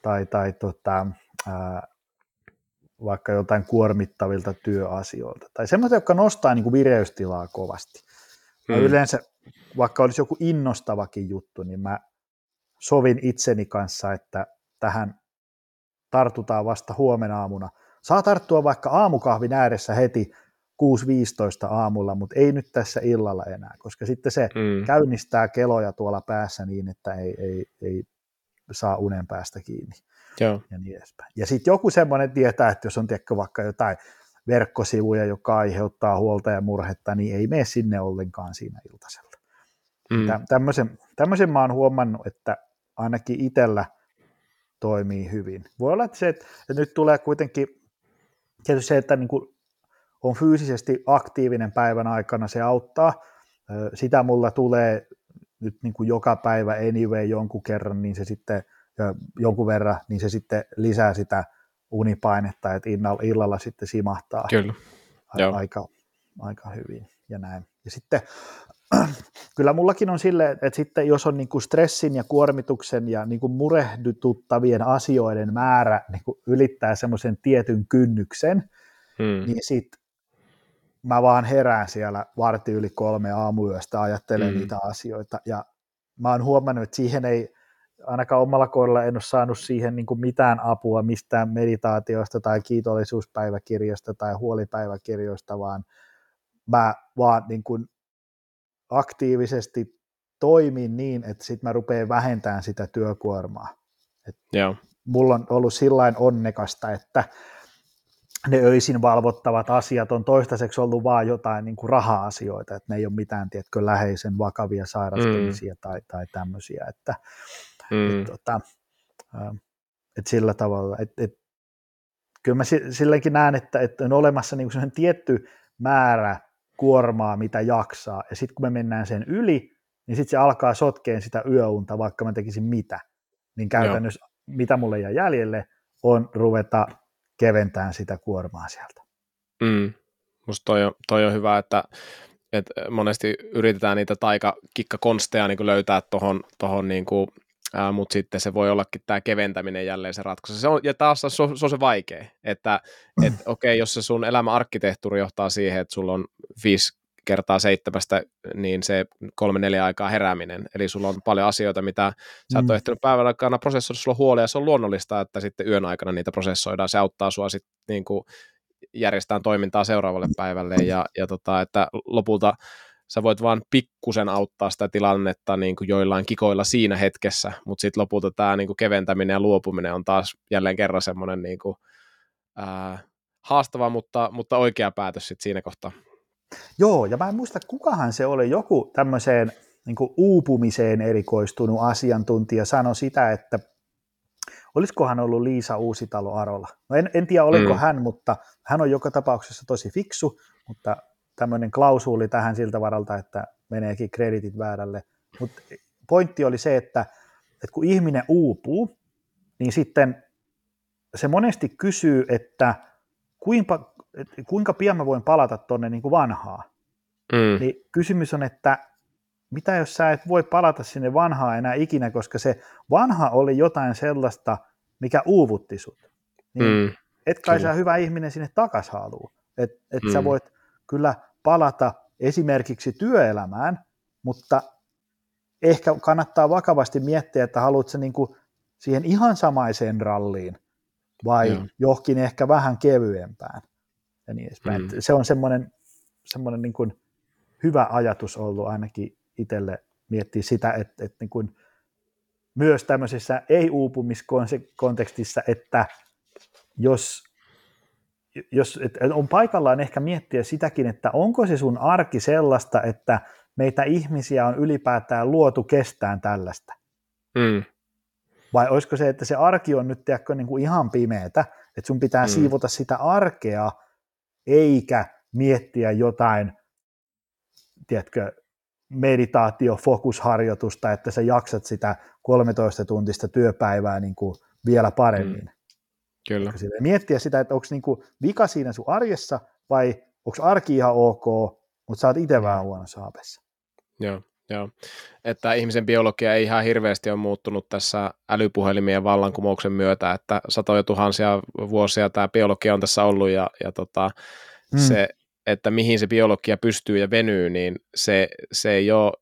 vaikka jotain kuormittavilta työasioilta. Tai semmoista, jotka nostaa niin kuin vireystilaa kovasti. Mä yleensä, vaikka olisi joku innostavakin juttu, niin mä sovin itseni kanssa, että tähän tartutaan vasta huomenna aamuna. Saa tarttua vaikka aamukahvin ääressä heti 6.15 aamulla, mutta ei nyt tässä illalla enää, koska sitten se käynnistää keloja tuolla päässä niin, että ei saa unen päästä kiinni. Joo. Ja niin edespäin. Ja sitten joku semmoinen tietää, että jos on vaikka jotain verkkosivuja, joka aiheuttaa huolta ja murhetta, niin ei mene sinne ollenkaan siinä iltasella. Tämmöisen mä oon huomannut, että ainakin itsellä toimii hyvin. Voi olla, että nyt tulee kuitenkin tietysti se, että niin kuin on fyysisesti aktiivinen päivän aikana, se auttaa. Sitä mulla tulee nyt niin kuin joka päivä anyway jonkun kerran, niin se sitten jonkun verran, niin se sitten lisää sitä unipainetta, että illalla sitten simahtaa. Kyllä. Aika hyvin ja näin. Ja sitten kyllä mullakin on silleen, että sitten jos on niin kuin stressin ja kuormituksen ja niin kuin murehdututtavien asioiden määrä niin kuin ylittää semmoisen tietyn kynnyksen, niin sitten mä vaan herään siellä 2:45 aamuyöstä ajattelen niitä asioita. Ja mä oon huomannut, että siihen ei, ainakaan omalla kohdalla en ole saanut siihen niin kuin mitään apua mistään meditaatiosta tai kiitollisuuspäiväkirjasta tai huolipäiväkirjoista, vaan mä vaan niin kuin aktiivisesti toimin niin, että sitten mä rupean vähentämään sitä työkuormaa. Mulla on ollut sillain onnekasta, että ne öisin valvottavat asiat on toistaiseksi ollut vaan jotain niin kuin raha-asioita, että ne ei ole mitään, tiedätkö, läheisen vakavia sairastumisia tai tämmöisiä, että sillä tavalla, että kyllä mä silläkin näen, että on olemassa niin kuin tietty määrä kuormaa, mitä jaksaa, ja sitten kun me mennään sen yli, niin sitten se alkaa sotkeen sitä yöunta, vaikka mä tekisin mitä, niin käytännössä mitä mulle jää jäljelle, on ruveta keventämään sitä kuormaa sieltä. Musta toi on hyvä, että Et monesti yritetään niitä taikakikkakonsteja niin kuin löytää tuohon niin kuin, mutta sitten se voi ollakin tämä keventäminen jälleen se ratkaisu. Ja taas se on se vaikea, että okei, jos se sun elämäarkkitehtuuri johtaa siihen, että sulla on 5x7, niin se 3-4 aikaa herääminen, eli sulla on paljon asioita, mitä sä et ole ehtinyt päivän aikana prosessoida, sulla on huolia, ja se on luonnollista, että sitten yön aikana niitä prosessoidaan, se auttaa sua sitten niin kuin järjestään toimintaa seuraavalle päivälle, ja että lopulta sä voit vaan pikkusen auttaa sitä tilannetta niin kuin joillain kikoilla siinä hetkessä, mutta sitten lopulta tämä niin kuin keventäminen ja luopuminen on taas jälleen kerran semmoinen niin kuin, haastava, mutta oikea päätös sitten siinä kohtaa. Joo, ja mä en muista, kukahan se oli, joku tämmöiseen niin kuin uupumiseen erikoistunut asiantuntija sanoi sitä, että olisikohan ollut Liisa Uusitalo-Arola. No en tiedä, oliko hän, mutta hän on joka tapauksessa tosi fiksu, mutta tämmöinen klausuuli tähän siltä varalta, että meneekin kreditit väärälle. Mutta pointti oli se, että kun ihminen uupuu, niin sitten se monesti kysyy, että kuinka pian mä voin palata tuonne niin kuin vanhaan. Niin kysymys on, että mitä jos sä et voi palata sinne vanhaan enää ikinä, koska se vanha oli jotain sellaista, mikä uuvutti sut. Niin et kai sä hyvä ihminen sinne takas haluu. Et sä voit kyllä palata esimerkiksi työelämään, mutta ehkä kannattaa vakavasti miettiä, että haluatko niinku siihen ihan samaiseen ralliin vai johonkin ehkä vähän kevyempään. Ja niin edespäin. Se on semmoinen niin kuin hyvä ajatus ollut ainakin itselle miettiä sitä, että niin kuin myös tämmöisessä ei-uupumiskontekstissa, että jos on paikallaan ehkä miettiä sitäkin, että onko se sun arki sellaista, että meitä ihmisiä on ylipäätään luotu kestään tällaista. Vai olisiko se, että se arki on nyt niin kuin ihan pimeätä, että sun pitää siivota sitä arkea, eikä miettiä jotain, tiedätkö, meditaatio-fokusharjoitusta, että sä jaksat sitä 13-tuntista työpäivää niin kuin vielä paremmin. Kyllä. Miettiä sitä, että onko niin kuin vika siinä sun arjessa, vai onko arki ihan ok, mutta sä oot itse vähän huonossa hapessa. Joo. Että ihmisen biologia ei ihan hirveästi ole muuttunut tässä älypuhelimien vallankumouksen myötä, että satoja tuhansia vuosia tämä biologia on tässä ollut, ja se, että mihin se biologia pystyy ja venyy, niin se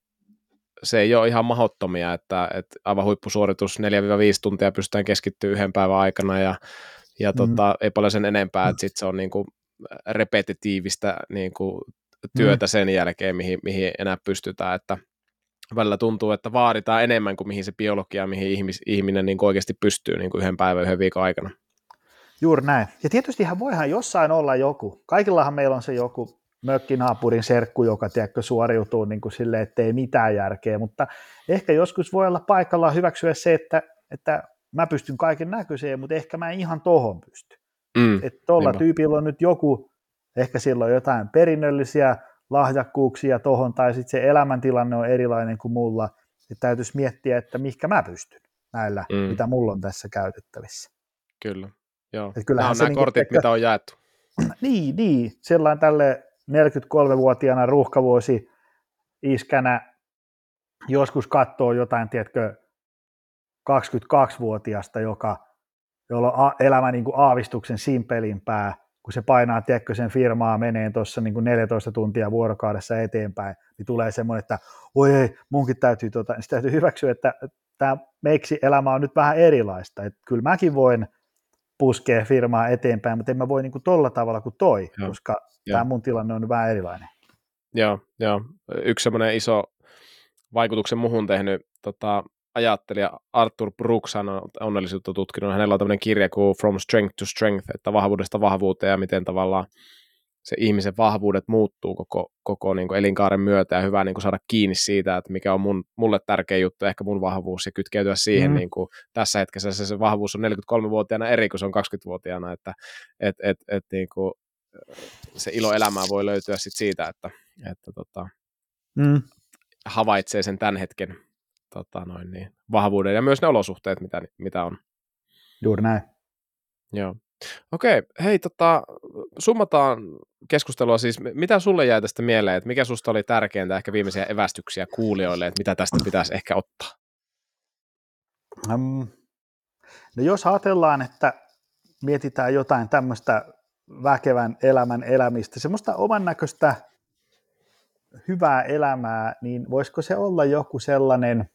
ei ole ihan mahdottomia, että aivan huippusuoritus 4-5 tuntia pystytään keskittyä yhden päivän aikana, ja ei paljon sen enempää, että sitten se on niin kuin repetitiivistä niin kuin työtä sen jälkeen, mihin enää pystytään, että välillä tuntuu, että vaaditaan enemmän kuin mihin se biologia, mihin ihminen niin kuin oikeasti pystyy niin kuin yhden päivän, yhden viikon aikana. Juuri näin. Ja tietystihän voihan jossain olla joku. Kaikillahan meillä on se joku mökkinaapurin serkku, joka tiedätkö, suoriutuu niin kuin silleen, ettei mitään järkeä, mutta ehkä joskus voi olla paikallaan hyväksyä se, että mä pystyn kaiken näköiseen, mutta ehkä mä en ihan tohon pysty. Että tuolla tyypillä on nyt joku, ehkä sillä on jotain perinnöllisiä lahjakkuuksia tohon, tai sitten se elämäntilanne on erilainen kuin mulla, että täytyisi miettiä, että mihinkä mä pystyn näillä, mitä mulla on tässä käytettävissä. Kyllä, joo. Nämä on nämä kortit, mitä on jaettu. Niin. Sellainen tälle 43-vuotiaana ruuhkavuosi iskänä joskus katsoo jotain, tiedätkö, 22-vuotiasta, jolla on elämä niin kuin aavistuksen simpelimpää, kun se painaa, tiedätkö, sen firmaa menee tuossa niin kuin 14 tuntia vuorokaudessa eteenpäin, niin tulee semmoinen, että oi ei, munkin täytyy, niin täytyy hyväksyä, että tämä meiksi elämä on nyt vähän erilaista, että kyllä mäkin voin puskea firmaa eteenpäin, mutta en mä voi niin kuin tolla tavalla kuin toi, koska tämä mun tilanne on vähän erilainen. Joo. Yksi semmoinen iso vaikutuksen muhun tehnyt ajattelija Arthur Brooks, hän on onnellisuutta tutkinut, hänellä on tämmöinen kirja kuin From Strength to Strength, että vahvuudesta vahvuuteen ja miten tavallaan se ihmisen vahvuudet muuttuu koko niin kuin elinkaaren myötä, ja hyvä niin kuin saada kiinni siitä, että mikä on mulle tärkeä juttu, ehkä mun vahvuus, ja kytkeytyä siihen niin kuin tässä hetkessä se vahvuus on 43-vuotiaana eri kuin se on 20-vuotiaana, että niin kuin se ilo elämää voi löytyä sit siitä, että havaitsee sen tämän hetken vahvuuden ja myös ne olosuhteet, mitä on. Juuri näin. Joo. Okei, hei summataan keskustelua siis, mitä sulle jäi tästä mieleen, että mikä susta oli tärkeintä, ehkä viimeisiä evästyksiä kuulijoille, että mitä tästä pitäisi ehkä ottaa? No jos ajatellaan, että mietitään jotain tämmöistä väkevän elämän elämistä, semmoista oman näköistä hyvää elämää, niin voisiko se olla joku sellainen,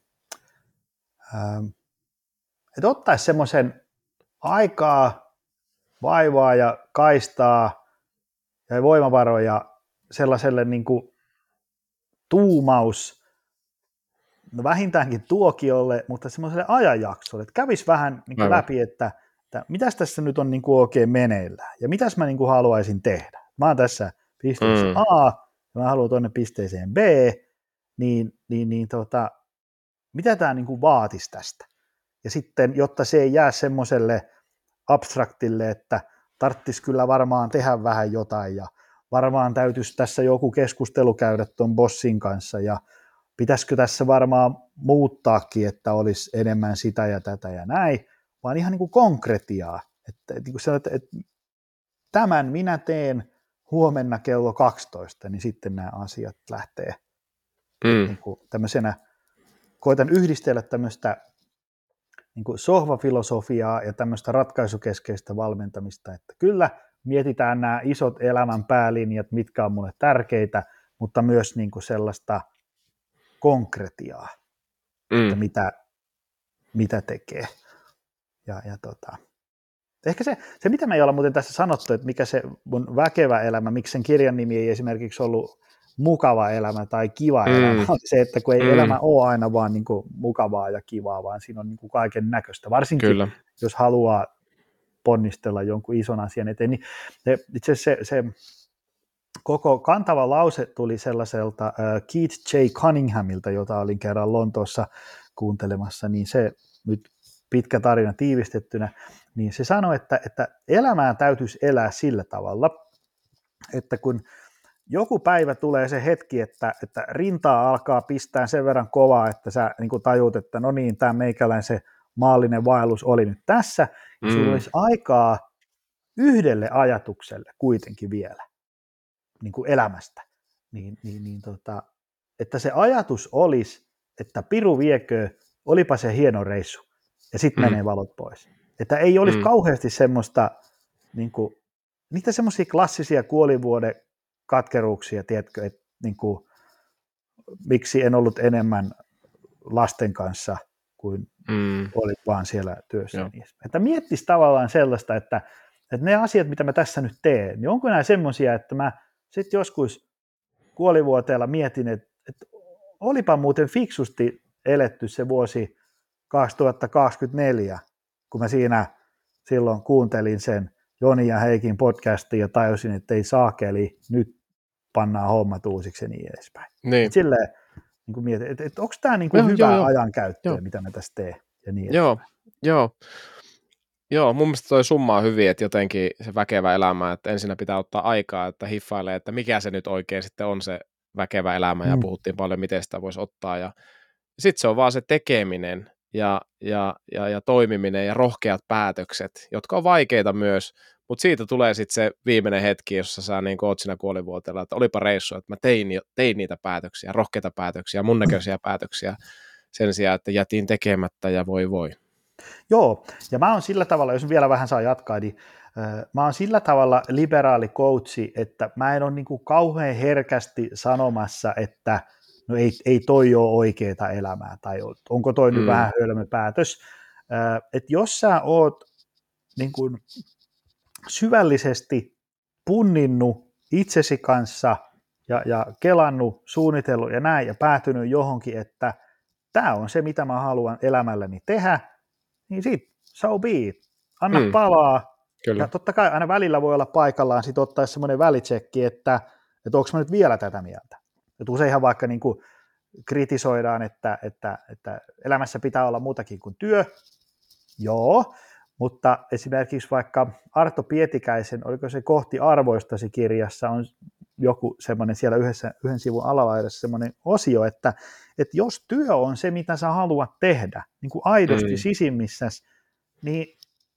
että ottaisi semmoisen aikaa, vaivaa ja kaistaa ja voimavaroja sellaiselle niin kuin tuumaus, no vähintäänkin tuokiolle, mutta semmoiselle ajanjaksolle, että kävisi vähän niin kuin läpi, että mitäs tässä nyt on niin kuin oikein meneillään ja mitäs mä niin kuin haluaisin tehdä. Mä oon tässä pisteessä A ja mä haluan tuonne pisteeseen B, niin mitä tämä niin kuin vaatisi tästä? Ja sitten, jotta se ei jää semmoiselle abstraktille, että tarvitsisi kyllä varmaan tehdä vähän jotain ja varmaan täytyisi tässä joku keskustelu käydä tuon bossin kanssa ja pitäisikö tässä varmaan muuttaakin, että olisi enemmän sitä ja tätä ja näin, vaan ihan niin kuin konkretiaa, että niin kuin sanot, että tämän minä teen huomenna kello 12, niin sitten nämä asiat lähtee niin kuin tämmöisenä, koitan yhdistellä tämmöistä niin kuin sohvafilosofiaa ja tämmöistä ratkaisukeskeistä valmentamista, että kyllä mietitään nämä isot elämän päälinjat, mitkä on mulle tärkeitä, mutta myös niin kuin sellaista konkretiaa, että mitä tekee. Ehkä se, mitä me ei olla muuten tässä sanottu, että mikä se mun väkevä elämä, miksi sen kirjan nimi ei esimerkiksi ollut mukava elämä tai kiva elämä, on se, että kun ei elämä ole aina vaan niin kuin mukavaa ja kivaa, vaan siinä on niin kuin kaiken näköistä. Varsinkin, kyllä, jos haluaa ponnistella jonkun ison asian eteen, niin itse asiassa se koko kantava lause tuli sellaiselta Keith J. Cunninghamilta, jota olin kerran Lontoossa kuuntelemassa, niin se nyt pitkä tarina tiivistettynä, niin se sanoi, että elämää täytyisi elää sillä tavalla, että kun joku päivä tulee se hetki, että rintaa alkaa pistää sen verran kovaa, että sä niin kuin tajut, että no niin, tämä meikäläinen se maallinen vaellus oli nyt tässä, ja sulla olisi aikaa yhdelle ajatukselle kuitenkin vielä niin kuin elämästä, että se ajatus olisi, että piru viekö, olipa se hieno reissu, ja sitten menee valot pois. Että ei olisi kauheasti semmoista, niin kuin, niitä semmoisia klassisia kuolivuoden katkeruuksia, tiedätkö, että niin kuin, miksi en ollut enemmän lasten kanssa kuin olit vaan siellä työssä. Että miettisi tavallaan sellaista, että ne asiat, mitä mä tässä nyt teen, niin onko nämä semmoisia, että mä sitten joskus kuolivuoteella mietin, että olipa muuten fiksusti eletty se vuosi 2024, kun mä siinä silloin kuuntelin sen Joni ja Heikin podcastin ja tajusin, että ei saakeli, nyt pannaan hommat uusiksi ja niin edespäin. Niin. Silleen niin mietin, että onko tämä niin kuin hyvää ajankäyttöä, mitä mä tässä teen ja niin edespäin. Joo, mun mielestä toi summaa hyvin, että jotenkin se väkevä elämä, että ensinnä pitää ottaa aikaa, että hiffailee, että mikä se nyt oikein sitten on se väkevä elämä, ja puhuttiin paljon, miten sitä voisi ottaa, ja sitten se on vaan se tekeminen ja toimiminen ja rohkeat päätökset, jotka on vaikeita myös, mutta siitä tulee sitten se viimeinen hetki, jossa sä niin oot siinä kuolivuoteella, että olipa reissu, että mä tein niitä päätöksiä, rohkeita päätöksiä, mun näköisiä päätöksiä, sen sijaan, että jätin tekemättä ja voi. Joo, ja mä oon sillä tavalla, jos vielä vähän saa jatkaa, niin mä oon sillä tavalla liberaali coachi, että mä en ole niin kuin kauhean herkästi sanomassa, että no ei toi ole oikeaa elämää, tai onko toi nyt vähän hölmö päätös. Että jos sä oot niin kuin syvällisesti punninnut itsesi kanssa ja kelannut, suunnitellut ja näin, ja päätynyt johonkin, että tämä on se, mitä mä haluan elämälläni tehdä, niin sit so be it. Anna palaa. Kyllä. Ja totta kai aina välillä voi olla paikallaan sit ottaa semmoinen välitsekki, että onko mä nyt vielä tätä mieltä. Et useinhan vaikka niin kuin kritisoidaan, että elämässä pitää olla muutakin kuin työ. Joo, mutta esimerkiksi vaikka Arto Pietikäisen, oliko se Kohti arvoistasi -kirjassa, on joku semmoinen siellä yhden sivun alalaidassa semmoinen osio, että jos työ on se, mitä sä haluat tehdä, niin kuin aidosti sisimmissäsi, niin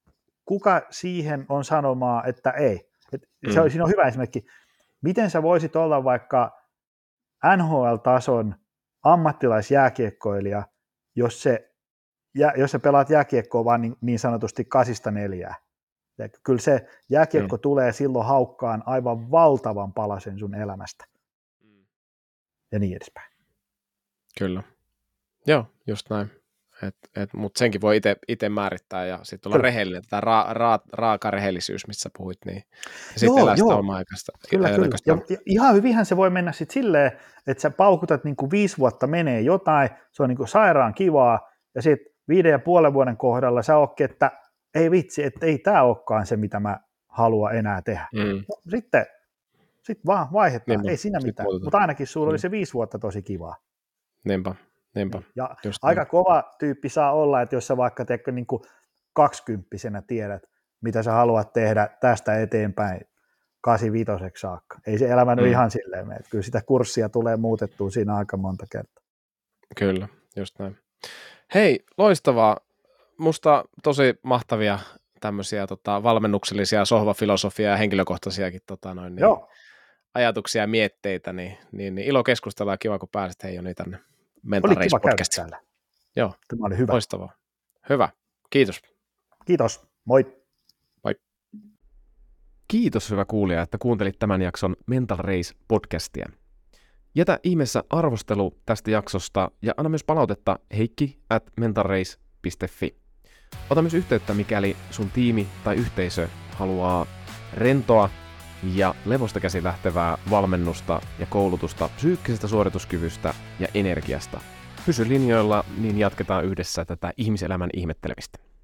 kuka siihen on sanomaa, että ei. Siinä on hyvä esimerkki. Miten sä voisit olla vaikka NHL-tason ammattilaisjääkiekkoilija, jos sä pelaat jääkiekkoa vaan niin sanotusti 8-4. Kyllä se jääkiekko tulee silloin haukkaan aivan valtavan palasen sun elämästä. Ja niin edespäin. Kyllä. Joo, just näin. Mutta senkin voi itse määrittää ja sitten olla rehellinen. Tämä raaka rehellisyys, missä puhuit, niin sitten elää sitä omaa aikaista. Kyllä. Ja ihan hyvinhän se voi mennä sitten silleen, että sä paukutat niin kuin 5 vuotta menee jotain, se on niin kuin sairaan kivaa, ja sitten 5,5 vuoden kohdalla sä ootkin, että ei vitsi, että ei tämä olekaan se, mitä mä haluan enää tehdä. No, sitten vaan vaihdetaan, ei siinä mitään, mutta ainakin sulla oli se 5 vuotta tosi kivaa. Niinpä. Ja aika kova tyyppi saa olla, että jos sä vaikka teekö niin kuin 20-vuotiaana tiedät, mitä sä haluat tehdä tästä eteenpäin 85 saakka. Ei se elämä nyt ihan silleen mene. Kyllä sitä kurssia tulee muutettua siinä aika monta kertaa. Kyllä, just näin. Hei, loistavaa. Musta tosi mahtavia tämmöisiä valmennuksellisia sohvafilosofia ja henkilökohtaisiakin ajatuksia ja mietteitä, niin ilo keskustella ja kiva, kun pääsit Joni tänne Mental Race -podcastiin. Joo, tämä oli hyvä. Loistavaa. Hyvä, kiitos. Kiitos, moi. Moi. Kiitos hyvä kuulija, että kuuntelit tämän jakson Mental Race -podcastia. Jätä ihmeessä arvostelu tästä jaksosta ja anna myös palautetta heikki@mentalrace.fi. Ota myös yhteyttä, mikäli sun tiimi tai yhteisö haluaa rentoa ja levosta käsin lähtevää valmennusta ja koulutusta psyykkisestä suorituskyvystä ja energiasta. Pysy linjoilla, niin jatketaan yhdessä tätä ihmiselämän ihmettelemistä.